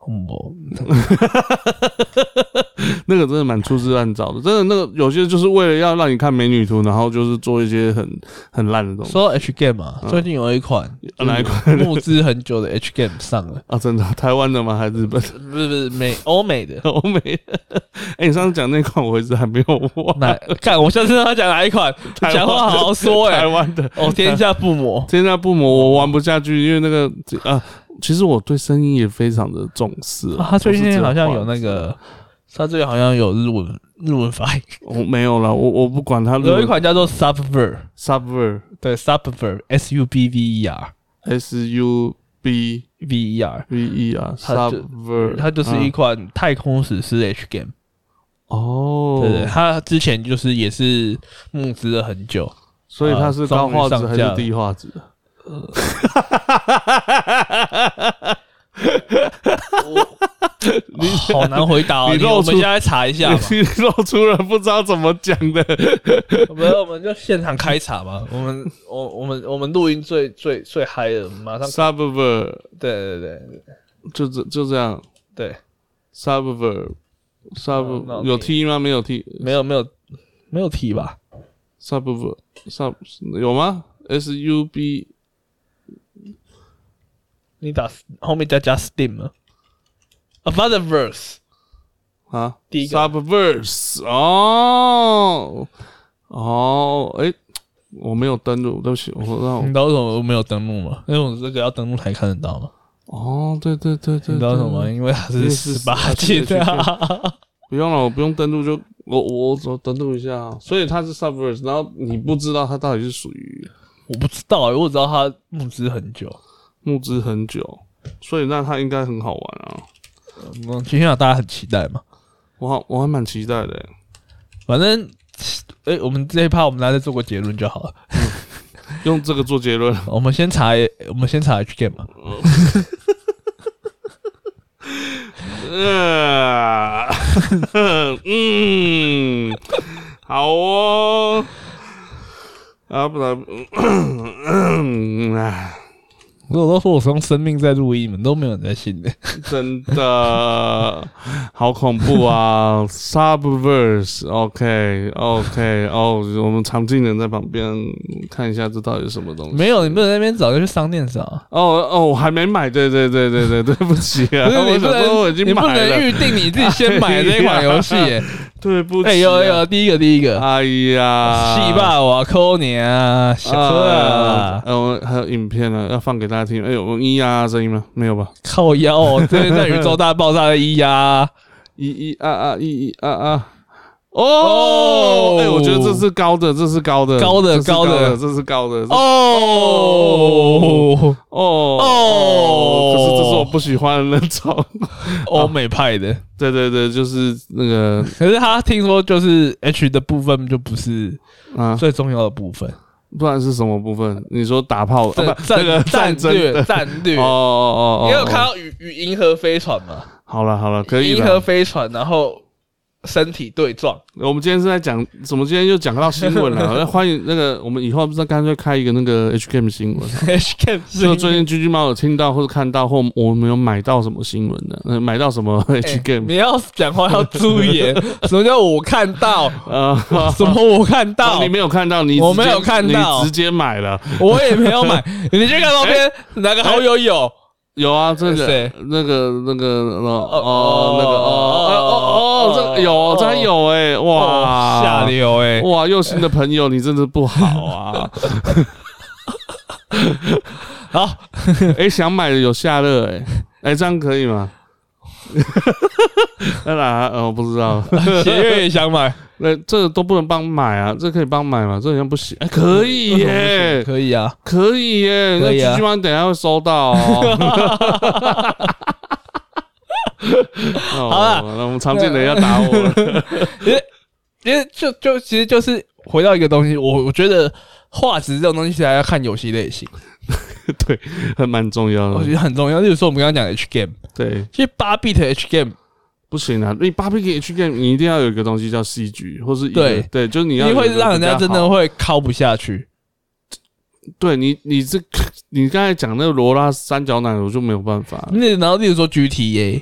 那个真的蛮粗制滥造的，真的那个有些就是为了要让你看美女图，然后就是做一些很很烂的东西。 说到 H game 啊，嗯、最近有一款哪一款募资很久的 H game 上了啊？真的？台湾的吗？还是日本？ 不是不是美欧美的欧美的。哎、欸，你上次讲那款我一直还没有忘。 那看我下次让他讲哪一款，讲话好好说哎、欸。 台湾的哦，天下不磨， 天下不磨，我玩不下去，因为那个啊。其实我对声音也非常的重视啊。 他最近好像有那个，他最近好像有日文日文发音。 我没有了，我我不管他。 有一款叫做 Subver，Subver， 对 ，Subver，S U B V E R，S U B V E R，V E R，Subver， 它就是一款太空史诗 H game。 哦， 对对，它之前就是也是募资了很久， 所以它是高画质还是低画质？呃， 你好难回答哦。你我们现在查一下吧。 你露出了不知道怎么讲的。 没有，我们就现场开查吧。我们我我们我们录音最最最嗨的，马上。 Subver， 对对对， 就这就这样。 对 ，Subver，Sub 有 T 吗？没有 T， 没有没有没有 T 吧 ？Subver Sub 有吗 ？S U B。 你打后面再加 Steam 吗 ？Subverse 啊， 第一个 Subverse 哦哦，哎、欸，我没有登录，对不起，我让我你知道为什么我没有登录吗？因为我这个要登录才看得到嘛。 哦，对对对 对， 你知道什么吗？因为它是十八 G 的。 不用了，我不用登录就我我我登录一下，所以它是 Subverse， 然后你不知道它到底是属于， 我不知道、欸，我只知道它募资很久。 募资很久，所以那它应该很好玩啊。 嗯，今天大家很期待嘛。 我好，我还蛮期待的、欸。 反正，哎、欸，我们这一趴我们来再做个结论就好了。 嗯、用这个做结论。 我们先查，我们先查 H game 嘛。 嗯，好哦。啊，不然，嗯啊。 我都说我是用生命在录音，你们都没有人在信的， 真的好恐怖啊 ！Subverse， OK OK， 哦，我们常进人在旁边看一下，这到底是什么东西？ 没有，你不能在那边找，就去商店找。 哦哦，我还没买，对对对对对，对不起啊， 我想说我已经买了，你不能预定你自己先买这款游戏耶。 对不起、啊， 哎、欸、有有，第一个第一个， 哎呀， 戏霸我扣你啊，小哥啊， 呃、啊，我还有影片呢，要放给大家听。哎、欸，有咿呀声音吗？没有吧？ 靠腰哦，这是在宇宙大爆炸的咿呀， 咿咿啊啊，咿咿啊啊。哦，哎、欸，我觉得这是高的，这是高的， 高的，高的， 这是高的。 哦哦哦， 可是这是我不喜欢的那种欧美派的。 对对对，就是那个。 可是他听说就是 H 的部分就不是啊最重要的部分， 不然是什么部分？你说打炮？ 战啊、那个战略战略哦哦哦， 你有看到与与银河飞船吗？ 好了好了，可以了。 银河飞船，然后。身体对撞， 我们今天是在讲怎么？今天又讲到新闻了。欢迎那个，我们以后不知道干脆开一个那个 H game 新闻。 H game 新闻， 就最近居居猫有听到或者看到，或我们有买到什么新闻的？呃，买到什么 H game？、 欸、你要讲话要注意，什么叫我看到？呃，什么我看到？ 你没有看到，你我没有看到， 你直接買了， 我也没有买。你去看照片，哪个好友有？ 有啊，这个那个那个哦哦那个哦哦哦这个有，这还有哎、欸、哇下流哎、 欸、哇，又新的朋友你真的不好啊。 好， 哎、欸，想买的有下热哎哎，这样可以吗？当然，呃，我不知道。 血月也想买， 那这个都不能帮买啊，这可以帮买吗？这好像不行。哎、欸，可以耶， 可以啊， 可以耶。 可以啊， 那 G G 猫等一下会收到哦。 好了， 那我们常见的要打我了。 因为因为就就其实就是回到一个东西，我我觉得画质这种东西还要看游戏类型。 对，还蛮重要的， 我觉得很重要。例如说我们刚刚讲 H game， 对， 其实八 bit H game 不行啊，你八 bit H game 你一定要有一个东西叫 C G， 或是对对，就是你要你会让人家真的会靠不下去。 对你，你这你刚才讲那个罗拉三角奶，我就没有办法。 那然后例如说 G T A，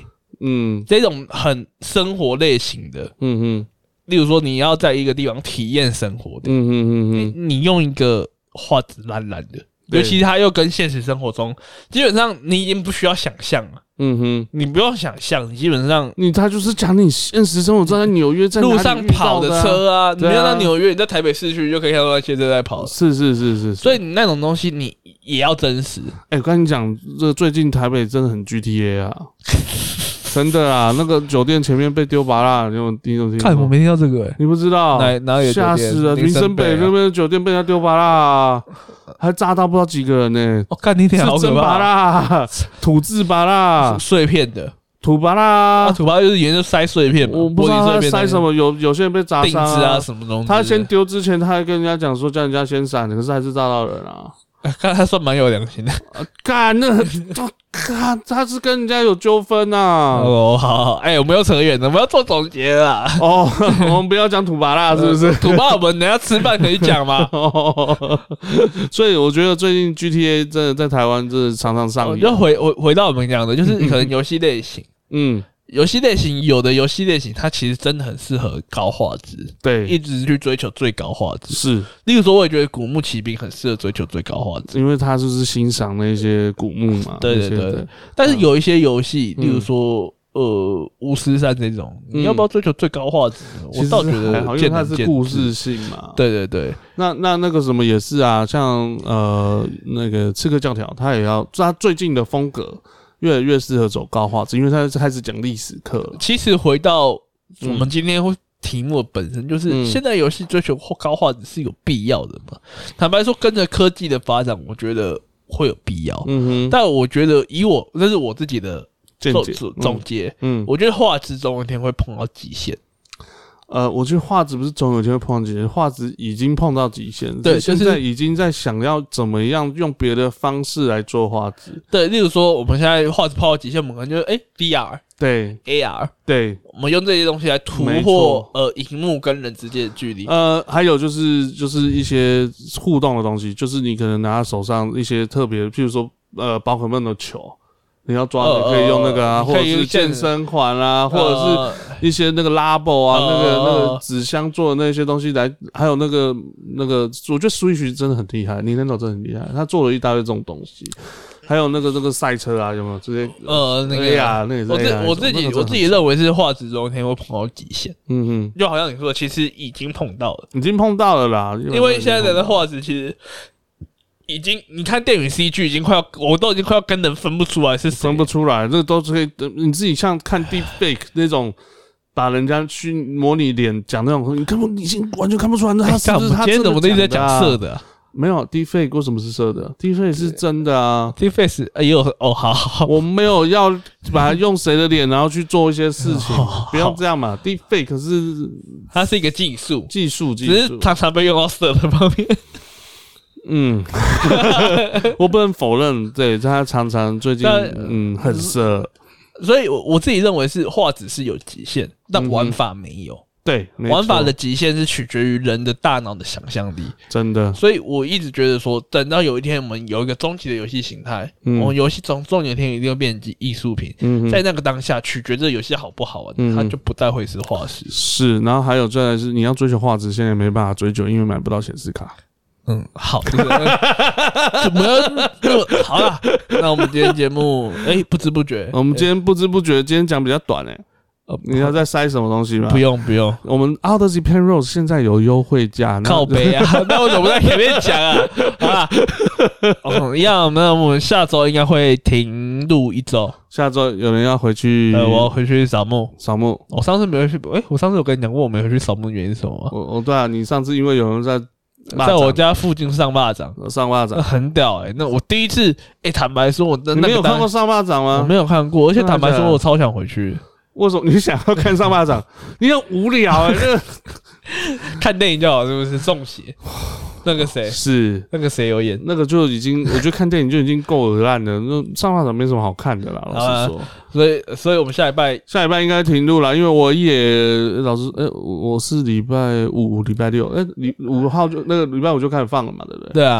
嗯，这种很生活类型的，嗯哼，例如说你要在一个地方体验生活的，嗯哼嗯哼，你用一个画质烂烂的，尤其它又跟现实生活中，基本上你已经不需要想象了。嗯哼，你不用想象，你基本上你他就是讲你现实生活中在纽约在路上跑的车啊，你没有到纽约，你在台北市区就可以看到那些车在跑。 是是是是， 所以你那种东西你也要真实。 哎、欸，我跟你讲，这最近台北真的很 G T A 啊，真的啊，那个酒店前面被丢拔啦，你有你有听？ 看我没听到这个、欸， 你不知道？ 哪哪有？ 吓死了！林森北那边的酒店被人家丢拔啦。还炸到不知道几个人呢、欸！ 我、哦、看你天好可怕！ 真拔啦，土制拔啦， 碎片的土拔啦， 啊、土拔就是沿着塞碎片嘛， 我不知道他塞什么，有有些人被砸伤啊，啊什么东西。 他先丢之前，他还跟人家讲说叫人家先闪，可是还是炸到人啊。 看他算蛮有良心的， 干、呃、那他他是跟人家有纠纷呐。 哦，好，好，哎、欸，我们又扯远了，我们要做总结啦。 哦，我们不要讲土拔啦，是不是？ 土拔我们等一下吃饭可以讲吗？ 哦，所以我觉得最近 G T A 真的在台湾真的常常上映。 就回回回到我们讲的，就是可能游戏类型，嗯。游戏类型有的游戏类型，它其实真的很适合高画质， 对， 一直去追求最高画质。 是， 例如说，我也觉得古墓奇兵很适合追求最高画质， 因为它就是欣赏那些古墓嘛。 对对对对。但是有一些游戏，例如说呃巫师三这种，你要不要追求最高画质？我倒觉得因为它是故事性嘛。 对对对。 那那那个什么也是啊，像呃那个刺客教条，它也要，它最近的风格。越来越适合走高画质，因为他开始讲历史课了。 其实回到我们今天题目的本身，就是现在游戏追求高画质是有必要的嘛？坦白说，跟着科技的发展，我觉得会有必要。嗯哼，但我觉得以我这是我自己的总总结，嗯，我觉得画质总有一天会碰到极限。 呃，我觉得画质不是总有一天会碰到极限，画质已经碰到极限， 对， 现在已经在想要怎么样用别的方式来做画质。 对，例如说我们现在画质碰到极限，我们可能就是哎、欸、V R， 对 A R， 对， 我们用这些东西来突破呃荧幕跟人之间的距离。 呃，还有就是就是一些互动的东西，就是你可能拿在手上一些特别，譬如说呃宝可梦的球。你要抓，你可以用那个啊，或者是健身环啊，或者是一些那个拉布啊，那个那个纸箱做的那些东西来，还有那个那个，我觉得 Switch 真的很厉害 ，Nintendo 真的很厉害，他做了一大堆这种东西，还有那个那个赛车啊，有没有这些？ 呃，那个呀，那也是。 我自我自己我自己认为是画质中天会碰到极限，嗯哼，就好像你说的，其实已经碰到了， 已经碰到了啦， 因为现在的画质其实。已经，你看电影 C G 已经快要，我都已经快要跟人分不出来是谁， 分不出来，这都是可以。你自己像看 Deepfake 那种，把人家去模拟脸讲那种，你根本已经完全看不出来，那他是不是他真的讲的、啊？今天怎么都一直在讲色的、啊？ 没有 Deepfake 为什么是色的 ？Deepfake 是真的啊 ，Deepfake 是哎呦哦，好好， 我没有要把它用谁的脸，然后去做一些事情，不要这样嘛。Deepfake 是它是一个技术， 技术，技术， 只是常常被用到色的方面。 嗯，我不能否认，对，他常常最近嗯很色， 所以我我自己认为是画质是有极限，但玩法没有。嗯、 对， 玩法的极限是取决于人的大脑的想象力， 真的。 所以我一直觉得说，等到有一天我们有一个终极的游戏形态，嗯、我们游戏总总有一天一定会变成艺术品，嗯、在那个当下，取决这游戏好不好玩，嗯、它就不再会是画质。 是，然后还有再来是你要追求画质，现在没办法追求，因为买不到显示卡。 嗯，好，怎么样？好了，那我们今天节目，哎、欸，不知不觉， 我们今天不知不觉，今天讲比较短哎、欸。呃，你要再塞什么东西吗？ 不用不用， 我们 Odyssey Penrose 现在有优惠价， 靠北啊！那我怎么在前面讲啊？好啦，哦，一样，那我们下周应该会停录一周。 下周有人要回去， 呃，我要回去扫墓。 扫墓， 我上次没有去，哎、欸，我上次有跟你讲过我没有去扫墓原因是什么吗？ 我，我对啊，你上次因为有人在。 在我家附近上巴掌， 上巴掌很屌哎、欸！那我第一次哎、欸，坦白说，我那你没有看过上巴掌吗？ 我没有看过，而且坦白说，我超想回去。 为什么你想要看上巴掌？你很无聊哎、欸，那个看电影就好，是不是？中邪。那个谁是那个谁有演？ 那个就已经，我觉得看电影就已经够恶烂了。那上巴掌没什么好看的啦，老实说。 所以，所以我们下礼拜下礼拜应该停录了，因为我也老师，呃、欸，我是礼拜五、礼拜六，哎、欸，礼五号就那个礼拜五就开始放了嘛，对不对？ 对啊。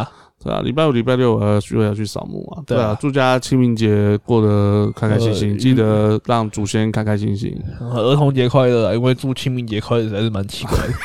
对啊，礼拜五、礼拜六我要去要去扫墓啊，对啊，祝大家清明节过得开开心心，呃、记得让祖先开开心心。 儿童节快乐、啊，因为祝清明节快乐实在是蛮奇怪的。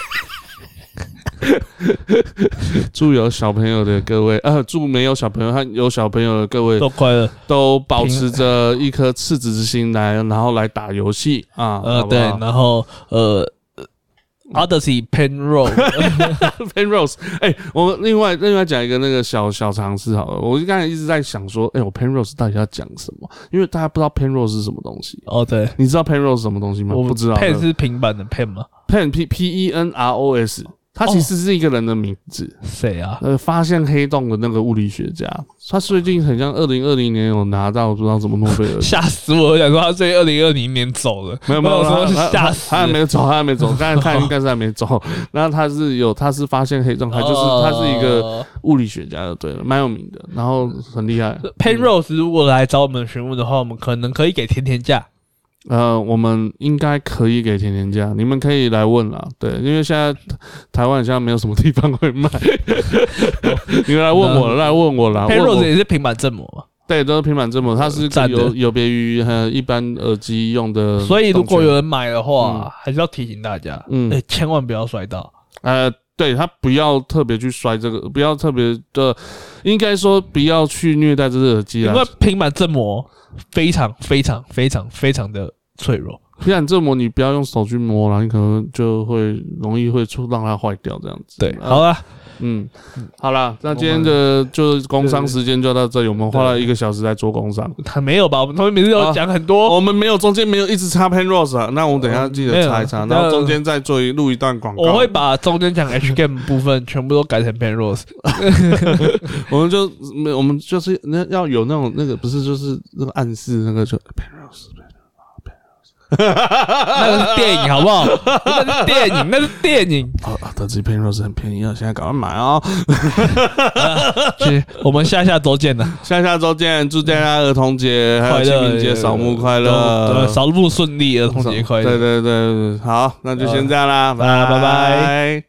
祝有小朋友的各位，呃，祝没有小朋友和有小朋友的各位都快乐， 都保持着一颗赤子之心来，然后来打游戏啊， 呃， 好好对，然后呃。Odyssey Penrose Penrose， 哎、欸，我另外另外讲一个那个小小常识好了，我刚才一直在想说，哎、欸，我 Penrose 到底要讲什么？因为大家不知道 Penrose 是什么东西。 哦，对， 你知道 Penrose 是什么东西吗？我不知道。 Pen 是平板的 Pen 吗 ？Pen P P E N R O S。他其实是一个人的名字， 谁、哦、啊？ 呃，发现黑洞的那个物理学家，他最近很像二零二零年有拿到不知道什么诺贝尔， 吓死我！我想说他最近二零二零年走了， 没有没有， 说吓死， 他还没走，他还没走，刚才他应该是还没走。然后他是有，他是发现黑洞，他就是他是一个物理学家，对了，蛮有名的，然后很厉害。 Penrose 如果来找我们询问的话，我们可能可以给甜甜价。 呃，我们应该可以给甜甜价，你们可以来问啦。对，因为现在台湾现在没有什么地方会卖，你们来问我，来问我啦。 Penrose 也是平板振膜嘛？ 对，都是平板振膜，它是有有别于呃一般耳机用的。 所以如果有人买的话，嗯、还是要提醒大家，嗯、欸，千万不要摔到。 呃，对他不要特别去摔这个，不要特别的，应该说不要去虐待这个耳机啦， 因为平板振膜非常非常非常非常的脆弱。 平板振膜你不要用手去摸啦，你可能就会容易会出让它坏掉这样子。 对，好啦。 嗯，好啦，那今天的就工商时间就到这里，我们花了一个小时在做工商。 没有吧？我们同学每次都讲很多、 啊，我们没有中间没有一直插 Penrose 啊，那我们等一下记得插一插，然后中间再做一录一段广告。 我会把中间讲 H game 部分全部都改成 Penrose。 我们就我们就是那要有那种那个不是就是那个暗示那个就 Penrose。 那个是电影好不好？那是电影，那是电影。 啊，德基 Penrose 很便宜啊，现在赶快买哦！ 去，我们下下周见了， 下下周见，祝大家儿童节还有清明节扫墓快乐， 扫墓顺利，儿童节快乐。 对对对，好，那就先这样啦，拜拜拜。